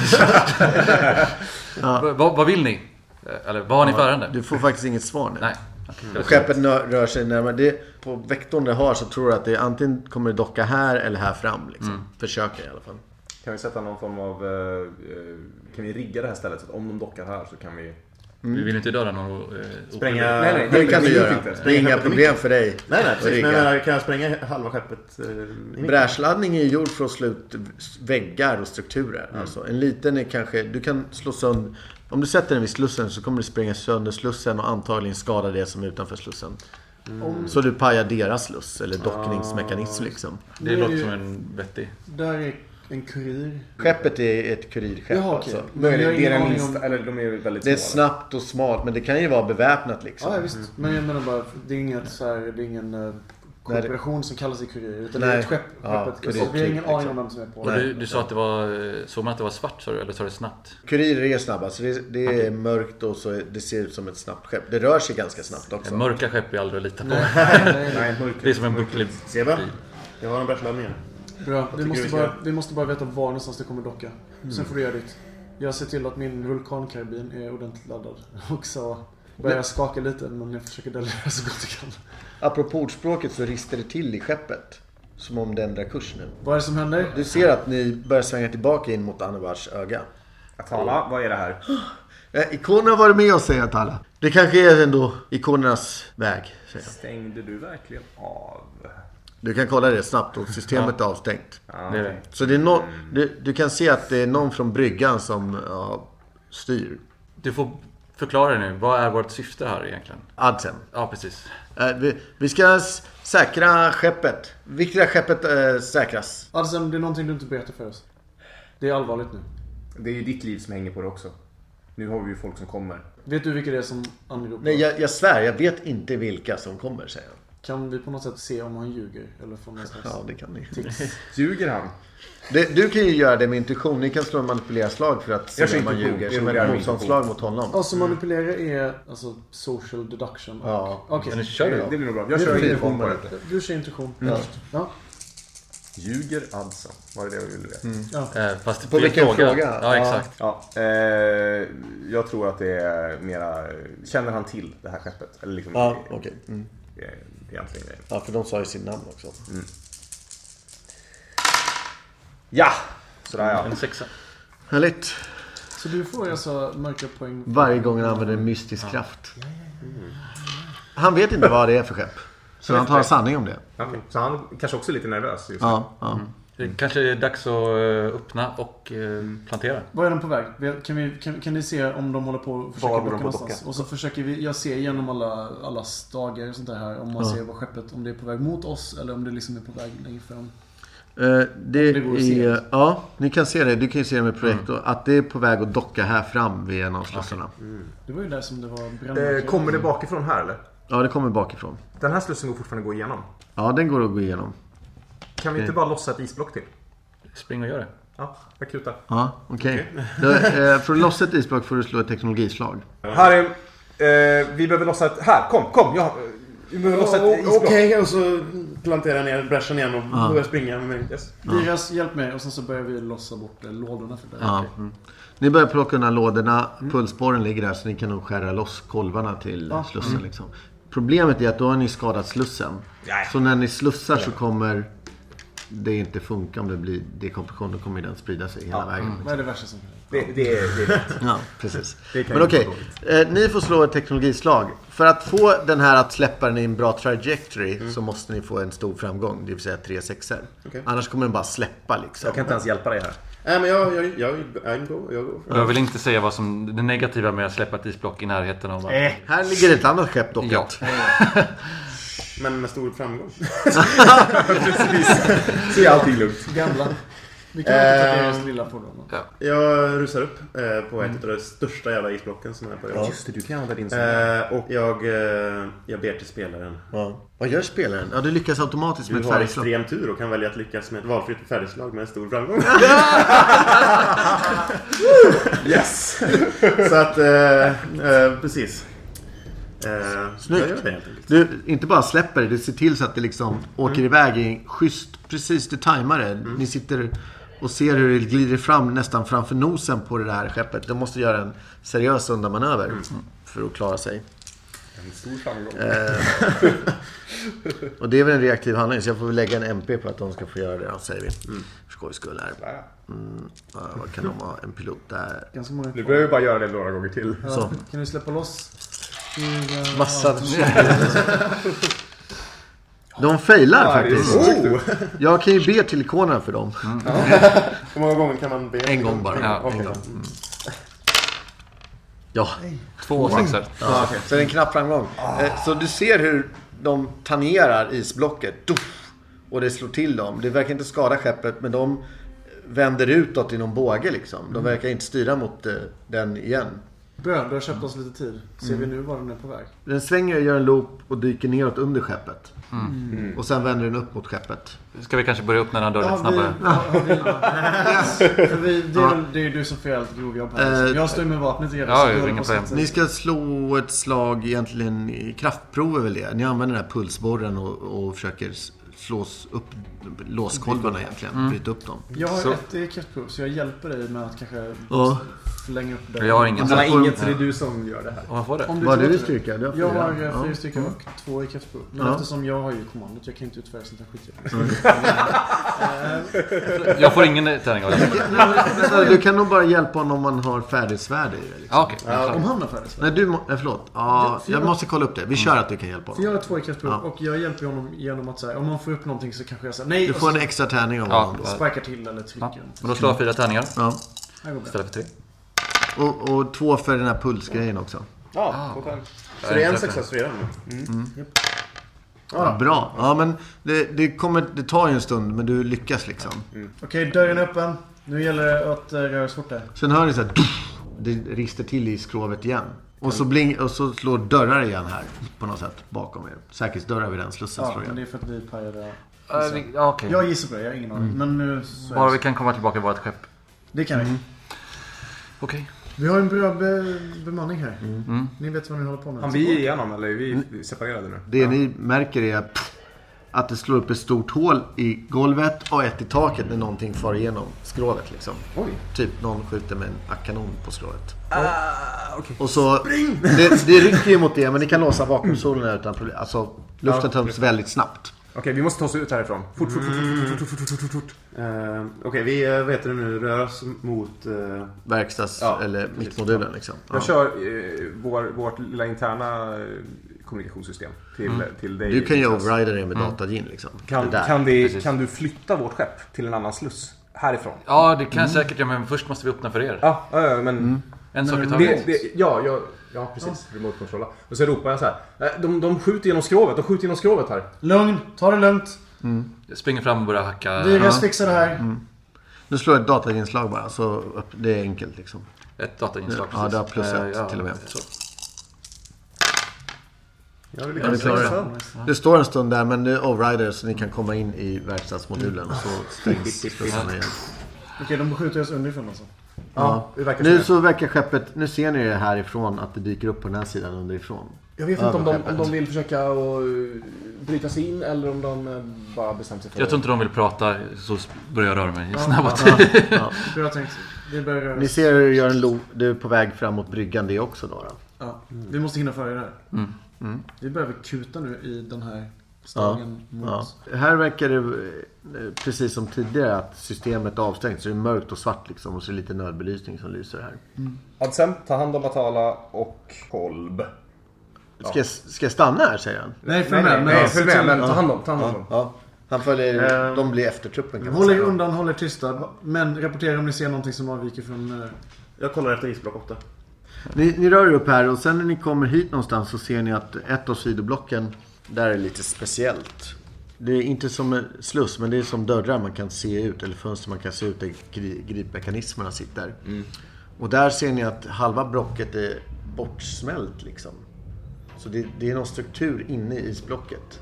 Speaker 7: fråga. ja. vad, vad vill ni? Eller vad har ni för ärende?
Speaker 3: Du får faktiskt inget svar nu.
Speaker 7: Nej.
Speaker 3: Mm. Och skeppet rör sig närmare. Det, på vektorn det har så tror jag att det antingen kommer det docka här eller här fram. Liksom. Mm. Försöka i alla fall.
Speaker 5: Kan vi sätta någon form av... Eh, kan vi rigga det här stället så att om de dockar här så kan vi...
Speaker 7: Mm. Vi vill inte döda någon eh,
Speaker 3: spränga... Nej, nej, det, det kan du göra. Det är inga problem för dig.
Speaker 6: Nej, nej, precis. Men jag kan jag spränga halva skeppet? Eh,
Speaker 3: Bräsladdning är gjord för att slå ut väggar och strukturer. Mm. Alltså, en liten är kanske... Du kan slå sönder... Om du sätter den vid slussen så kommer du spränga sönder slussen och antagligen skada det som är utanför slussen. Mm. Så du pajar deras sluss eller dockningsmekanism liksom.
Speaker 7: Det, det låter som en vettig.
Speaker 4: Där är en kurir.
Speaker 3: Skeppet är ett kurirskepp.
Speaker 4: Jaha,
Speaker 3: alltså.
Speaker 4: okay.
Speaker 5: Men det, det är den minsta, eller de är väldigt
Speaker 3: Det är smala. Snabbt och smalt, men det kan ju vara beväpnat liksom.
Speaker 4: Ja, visst. Mm. Men jag menar bara, det är inget så här, det är ingen uh, korporation som kallar sig kurir, utan nej. Det är ett skepp.
Speaker 3: Ja,
Speaker 4: skeppet. Kurir, vi har ingen aning om vem som är på.
Speaker 7: Och du, du sa att det var, såg man att det var svart, så, eller sa det snabbt?
Speaker 3: Kurirer är snabba, så det, det är okay. mörkt och så det ser ut som ett snabbt skepp. Det rör sig ganska snabbt också.
Speaker 7: Mörka skepp är aldrig att lita på.
Speaker 4: Nej, nej, nej.
Speaker 5: nej,
Speaker 7: det är som en bucklig.
Speaker 6: Seba, jag har en bärsladdning.
Speaker 4: Bra, vi måste, vi, bara, vi måste bara veta var någonstans det kommer docka. Mm. Sen får du göra ditt. Jag ser till att min vulkankarbin är ordentligt laddad. Och så börjar jag skaka lite, men jag försöker delera så gott jag kan.
Speaker 3: Apropå ordspråket så rister det till i skeppet. Som om det ändrar kurs nu.
Speaker 4: Vad är det som händer?
Speaker 3: Du ser att ni börjar svänga tillbaka in mot Anubars öga.
Speaker 5: Atala, vad är det här?
Speaker 3: Ikonerna har varit med oss, säger Atala. Det kanske är ändå ikonernas väg, säger jag.
Speaker 5: Stängde du verkligen av?
Speaker 3: Du kan kolla det snabbt och systemet ja. är avstängt.
Speaker 5: Ja, det är det.
Speaker 3: Så det är no- du, du kan se att det är någon från bryggan som ja, styr.
Speaker 7: Du får förklara nu. Vad är vårt syfte här egentligen?
Speaker 3: Adsen.
Speaker 7: Ja, precis.
Speaker 3: Uh, vi, vi ska s- säkra skeppet. Viktiga skeppet uh, säkras.
Speaker 4: Adsen, det är någonting du inte berättar för oss. Det är allvarligt nu.
Speaker 5: Det är ju ditt liv som hänger på det också. Nu har vi ju folk som kommer.
Speaker 4: Vet du vilka det är som anropar?
Speaker 3: Nej, jag, jag svär. Jag vet inte vilka som kommer, säger jag.
Speaker 4: Kan vi på något sätt se om han ljuger? Eller från någon slags
Speaker 3: ja, det kan ni.
Speaker 5: Ljuger han?
Speaker 3: Det, du kan ju göra det med intuition. Ni kan slå en manipulera-slag för att se om man ljuger. Som ett motståndslag mot honom.
Speaker 4: Alltså manipulera är alltså social deduction. Och,
Speaker 3: ja.
Speaker 4: Okej.
Speaker 5: Okay. Kör det, det blir nog bra. Jag kör intuition på det.
Speaker 4: Du kör intuition.
Speaker 3: Mm.
Speaker 4: Ja.
Speaker 5: Ljuger Adsen. Var det det vi ville veta?
Speaker 3: Mm.
Speaker 4: Ja.
Speaker 7: Eh, fast
Speaker 3: på vilken fråga? fråga?
Speaker 7: Ja, exakt.
Speaker 5: Ja, eh, jag tror att det är mera... Känner han till det här skeppet? Eller liksom,
Speaker 3: ja, okej. Okay. Mm.
Speaker 5: Egentligen grejen.
Speaker 3: Ja, för de sa ju sin namn också.
Speaker 5: Mm. Ja! Sådär ja.
Speaker 7: En sexa.
Speaker 3: Härligt.
Speaker 4: Så du får alltså mörka poäng.
Speaker 3: Varje gång han använder en mystisk ja. kraft. Mm. Han vet inte vad det är för skepp. Så han tar sanning om det.
Speaker 5: Okay. Så han kanske också är lite nervös just
Speaker 3: ja, ja. Mm.
Speaker 7: Det kanske är dags att öppna och plantera.
Speaker 4: Var är de på väg? Kan, vi, kan, kan ni se om de håller på att försöka docka någonstans? Och så försöker vi, jag ser igenom alla, alla stager och sånt där här. Om man ja. ser vad skeppet, om det är på väg mot oss eller om det liksom är på väg längre fram.
Speaker 3: Uh, det, det är, ja, ni kan se det. Du kan ju se det med projektor. Mm. Att det är på väg att docka här fram vid en av slussarna.
Speaker 4: Mm. Det var ju där som det var brännmärken.
Speaker 5: Eh, kommer det bakifrån här eller?
Speaker 3: Ja, det kommer bakifrån.
Speaker 5: Den här slussen går fortfarande att gå igenom?
Speaker 3: Ja, den går att gå igenom.
Speaker 5: Kan vi inte bara lossa ett isblock till?
Speaker 7: Spring och gör det.
Speaker 5: Ja, jag kutar.
Speaker 3: Ja, okej. Okay. Okay. För att lossa ett isblock får du slå ett teknologislag.
Speaker 5: Här är... Eh, vi behöver lossa ett... Här, kom, kom. Jag, vi behöver lossa ett isblock.
Speaker 6: Okej, okay, och så planterar jag ner bräschen igen och ja. börjar springa med mig. Yes.
Speaker 4: Viras, hjälp mig. Och sen så börjar vi lossa bort lådorna för det.
Speaker 3: Ja. Okay. Mm. Ni börjar plocka undan lådorna. Mm. Pulsspåren ligger där så ni kan nog skära loss kolvarna till ja. slussen. Mm. Liksom. Problemet är att då har ni skadat slussen. Jaja. Så när ni slussar så kommer det inte funka om det blir dekompression. Då kommer den sprida sig hela ja. vägen.
Speaker 4: Mm. Vad är det värsta som
Speaker 5: det, det, är, det är rätt.
Speaker 3: Ja, precis. Men okej, okay. eh, ni får slå ett teknologislag. För att få den här att släppa den i en bra trajectory mm. så måste ni få en stor framgång. Det vill säga tre sexer. Okay. Annars kommer den bara släppa liksom.
Speaker 5: Jag kan inte ens hjälpa dig här.
Speaker 6: Nej, men jag, jag, jag, jag, går, jag går.
Speaker 7: Jag vill inte säga vad som det negativa med att släppa ett isblock i närheten av.
Speaker 3: Äh, här ligger ett annat skepp dock.
Speaker 7: Ja.
Speaker 6: Men med stor framgång.
Speaker 5: Så är allting lugnt.
Speaker 4: Gamla. Vi kan inte ta deras lilla fordon.
Speaker 6: Ja. Jag rusar upp eh, på ett mm. av de största jävla isblocken som är på
Speaker 5: ja. Just det, du kan använda din
Speaker 6: eh, och jag, eh, jag ber till spelaren.
Speaker 3: Ja. Vad gör spelaren? Ja, du lyckas automatiskt
Speaker 6: du
Speaker 3: med ett färdigslag.
Speaker 6: Du har extrem tur och kan välja att lyckas med ett valfritt färdigslag med en stor framgång. Yes! Så att, eh, eh, precis.
Speaker 3: Eh, Snyggt. Det, du inte bara släpper det, du ser till så att det liksom åker mm. iväg i schysst, precis det tajmar det. Mm. Ni sitter och ser hur det glider fram nästan framför nosen på det här skeppet. De måste göra en seriös undanmanöver mm. för att klara sig.
Speaker 5: En stor framgång.
Speaker 3: Eh, och det är väl en reaktiv handling, så jag får väl lägga en M P på att de ska få göra det, säger vi. Mm. För skojs skull här. Mm, ja, vad kan de ha? En pilot där.
Speaker 4: Ganska många.
Speaker 5: Du behöver bara göra det några gånger till.
Speaker 4: Ja,
Speaker 3: så.
Speaker 4: Kan du släppa loss?
Speaker 3: Massa. De failar faktiskt.
Speaker 6: Oh.
Speaker 3: Jag kan ju be till ikonerna för dem. Mm.
Speaker 6: Hur många gånger kan man be?
Speaker 3: En gång bara.
Speaker 7: Ja,
Speaker 3: okay.
Speaker 7: en gång.
Speaker 3: Mm. Ja.
Speaker 7: Två sexer.
Speaker 3: Ja, okay. Så det är en knapp framgång. Ah. Så du ser hur de tangerar isblocket. Och det slår till dem. Det verkar inte skada skeppet, men de vänder utåt i någon båge liksom. De verkar inte styra mot den igen.
Speaker 4: Bra, du har köpt oss lite tid. Ser mm. vi nu var den är på väg?
Speaker 3: Den svänger, gör en loop och dyker neråt under skeppet.
Speaker 7: Mm. Mm.
Speaker 3: Och sen vänder den upp mot skeppet.
Speaker 7: Ska vi kanske börja öppna den här dörren ja, snabbare?
Speaker 4: Vi, ja, vi, ja. För vi, det, är, ja. det är ju du som får allt grovjobb här. Uh, jag står med vapnet i
Speaker 7: ja, ja,
Speaker 3: Ni ska slå ett slag egentligen i kraftprov väl det. Ni använder den här pulsborren och, och försöker slås upp låskolvarna egentligen. Mm. Bryta upp dem.
Speaker 4: Jag har så. ett kraftprov så jag hjälper dig med att kanske uh. förlänga upp det.
Speaker 7: Jag har inget.
Speaker 5: Han har inget, så det är du som gör det här.
Speaker 7: Om jag får det.
Speaker 3: Om du Vad har du i styrka? Du har
Speaker 4: jag har fyra ja. styrka och mm. två i kraftprov. Men ja. eftersom jag har ju kommandot, jag kan inte utföra sånt här skit.
Speaker 7: Mm. Jag får ingen tärning av det.
Speaker 3: Du kan nog bara hjälpa honom om man har färdigsvärd i det. Liksom.
Speaker 7: Ah, okay.
Speaker 4: ja, om han har färdigsvärd?
Speaker 3: Nej, du må, äh, förlåt. Ah, jag, jag måste kolla upp det. Vi kör att du kan hjälpa honom.
Speaker 4: För jag har två i kraftprov ja. och jag hjälper honom genom att säga, om man får upp någonting så kanske jag säger nej.
Speaker 3: Du får en extra tärning av
Speaker 7: ja,
Speaker 3: honom.
Speaker 4: Ja, sparkar till eller trycker. Ja.
Speaker 7: Men då slår jag fyra tärningar.
Speaker 3: Ja.
Speaker 7: Istället för tre.
Speaker 3: Och, och två för den här pulsgrejen också.
Speaker 6: Ja, total. Så det är en success redan nu. Mm. Mm.
Speaker 3: Yep. Ja, bra. Ja, men det, det, kommer, det tar ju en stund, men du lyckas liksom.
Speaker 4: Mm. Okej, okay, dörren är öppen. Nu gäller det att uh, röra sig fort där.
Speaker 3: Sen hör ni så här, det rister till i skrovet igen. Och så, bling, och så slår dörrar igen här på något sätt bakom er. Säkerhetsdörrar vid den slussen
Speaker 4: ja,
Speaker 3: slår igen.
Speaker 4: Ja, men det är för att vi pajade.
Speaker 7: Uh, vi, okay.
Speaker 4: Jag gissar på det, jag har ingen aning. Mm. Men nu så
Speaker 7: bara vi kan komma tillbaka på ett skepp.
Speaker 4: Det kan vi. Mm.
Speaker 7: Okej. Okay.
Speaker 4: Vi har en bra be- bemanning här.
Speaker 3: Mm. Mm.
Speaker 4: Ni vet vad ni håller på med.
Speaker 5: Han vi igenom eller är vi separerade nu?
Speaker 3: Det ja. ni märker är att det slår upp ett stort hål i golvet och ett i taket när någonting far igenom skrovet liksom.
Speaker 5: Oj.
Speaker 3: Typ någon skjuter med en kanon på skrovet.
Speaker 5: Ah, okay.
Speaker 3: Och så det, det rycker ju mot det, men ni kan låsa vakuumsolerna utan problem. Alltså luften ja. töms väldigt snabbt.
Speaker 5: Okej, okay, vi måste ta oss ut härifrån. Fort, fort, fort, fort, fort, fort, fort, fort, fort.
Speaker 6: Uh, Okej, okay, vi vet det nu rör oss mot uh...
Speaker 3: verkstads ja, eller mittmodulen liksom.
Speaker 5: Jag ja. kör uh, vår, vårt lilla interna kommunikationssystem till, mm. till dig.
Speaker 3: Du kan ju overrida det med mm. datagin liksom.
Speaker 5: Kan,
Speaker 3: det
Speaker 5: kan, vi, kan du flytta vårt skepp till en annan sluss härifrån?
Speaker 7: Ja, det kan mm. säkert, ja, men först måste vi öppna för er.
Speaker 5: Ja, ja men... Mm.
Speaker 7: En sak i
Speaker 5: taget. Ja, ja, ja, precis. Ja. Remote controlla. Och så ropar jag så här. De, de skjuter genom skrovet. De skjuter genom skrovet här.
Speaker 4: Lugn, ta det lugnt.
Speaker 7: Mm. Jag springer fram och börjar hacka.
Speaker 4: Vi ja. fixar det här. Mm.
Speaker 3: Nu slår jag ett datainslag bara, så det är enkelt liksom.
Speaker 7: Ett datainslag,
Speaker 3: ja, det har plus ett äh, ja, till och med. Så.
Speaker 5: Ja, det,
Speaker 3: ja, det, det. det står en stund där, men det är overrider så ni kan komma in i verkstadsmodulen och så stängs slussarna igen.
Speaker 4: Okej, de skjuter oss underifrån alltså.
Speaker 3: Ja, ja. Nu så verkar skeppet, nu ser ni det härifrån att det dyker upp på den här sidan underifrån.
Speaker 5: Jag vet inte om de, om de vill försöka att bryta sig in eller om de bara bestämt sig för.
Speaker 7: Jag tror inte de vill prata, så börjar jag röra mig
Speaker 4: ja,
Speaker 7: snabbt.
Speaker 4: Ja, ja. Jag tänkte, vi börjar...
Speaker 3: Ni ser hur Göran Lo, du är på väg fram mot bryggan det också då.
Speaker 4: Ja, mm. Vi måste hinna före det här. Mm. Mm. Vi behöver kuta nu i den här stagen
Speaker 3: ja,
Speaker 4: mot...
Speaker 3: Ja. Här verkar det precis som tidigare att systemet är avstängt så det är mörkt och svart liksom och så är det lite nödbelysning som lyser här.
Speaker 5: Mm. Adsem, ta hand om Atala och Kolb.
Speaker 3: Ja. Ska, jag, ska jag stanna här, säger han?
Speaker 4: Nej, för mig.
Speaker 5: Nej, för mig, men ta hand om, ta hand om
Speaker 3: ja, ja. Han följer, uh, de blir efter truppen.
Speaker 4: Håller undan, håller tysta. Men rapportera om ni ser någonting som avviker från... Uh...
Speaker 6: Jag kollar efter isblock åtta.
Speaker 3: Ni, ni rör er upp här och sen när ni kommer hit någonstans så ser ni att ett av sidoblocken där är lite speciellt. Det är inte som en sluss, men det är som dörrar man kan se ut, eller fönster man kan se ut där gri, gripmekanismerna sitter. Mm. Och där ser ni att halva blocket är bortsmält liksom. Så det, det är någon struktur inne i isblocket.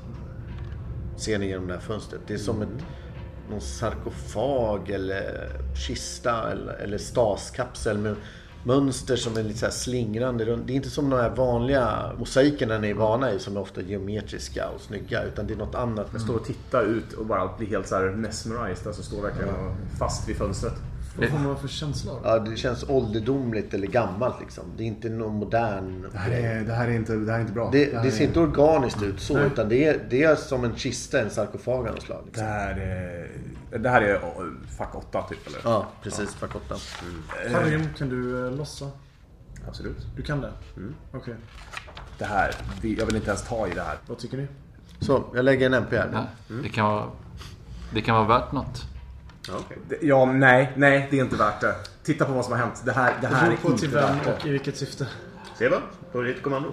Speaker 3: Ser ni genom det här fönstret. Det är som ett, någon sarkofag eller kista eller, eller staskapsel med mönster som är lite så här slingrande. Det är inte som de här vanliga mosaikerna ni är vana i som är ofta geometriska och snygga, utan det är något annat.
Speaker 5: Jag står och tittar ut och bara blir helt så här mesmerized, alltså står verkligen fast vid fönstret.
Speaker 4: Vad får man för känsla?
Speaker 3: Ja, det känns ålderdomligt eller gammalt liksom. Det är inte någon modern...
Speaker 5: Det här är, det här är, inte, det här är inte bra.
Speaker 3: Det, det, det ser är... inte organiskt ut så, nej. Utan det är, det är som en kista, en sarkofag av något slag. Liksom.
Speaker 5: Det här är... Det här är fack åtta typ, eller?
Speaker 3: Ja, precis, ja. Fack åtta.
Speaker 4: Mm. Karin, kan du eh, lossa?
Speaker 5: Absolut.
Speaker 4: Du kan det?
Speaker 5: Mm.
Speaker 4: Okej. Okay.
Speaker 5: Det här, jag vill inte ens ta i det här.
Speaker 4: Vad tycker ni?
Speaker 3: Så, jag lägger en M P här.
Speaker 7: Ja, mm. det, kan vara, det kan vara värt något.
Speaker 5: Okay. Ja, nej, nej, det är inte värt det. Titta på vad som har hänt. Det här, det här är
Speaker 4: på
Speaker 5: inte
Speaker 4: till
Speaker 5: värt det.
Speaker 4: Och i vilket syfte?
Speaker 6: Se va? På ditt kommando.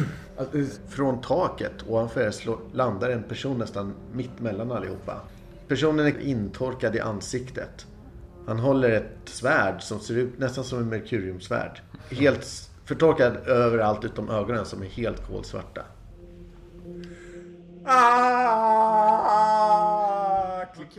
Speaker 3: Från taket ovanför er slår, landar en person nästan mitt mellan allihopa. Personen är intorkad i ansiktet. Han håller ett svärd som ser ut nästan som en merkuriumsvärd. Helt förtorkad överallt utom ögonen som är helt kolsvarta.
Speaker 5: Ah, klick.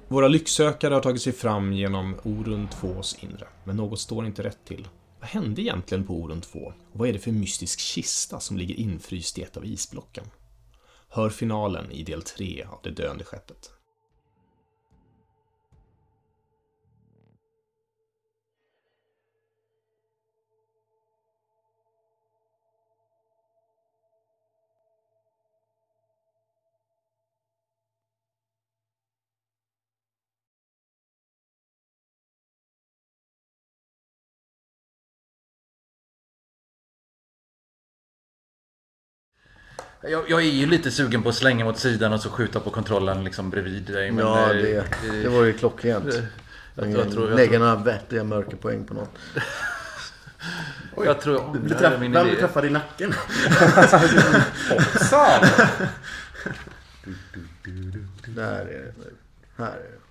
Speaker 1: Våra lycksökare har tagit sig fram genom Orun tvås inre, men något står inte rätt till. Vad hände egentligen på Orun två? Och vad är det för mystisk kista som ligger infryst i ett av isblocken? Hör finalen i del tre av det döende skeppet.
Speaker 7: Jag, jag är ju lite sugen på att slänga mot sidan och så skjuta på kontrollen liksom bredvid dig. Men
Speaker 3: ja,
Speaker 7: det,
Speaker 3: det, det var ju klockrent.
Speaker 7: Jag, jag, jag tror,
Speaker 3: lägga några vettiga mörkerpoäng på något.
Speaker 7: Oj, jag tror
Speaker 6: du träff, vem du träffade i nacken?
Speaker 3: Där är det. Här är det.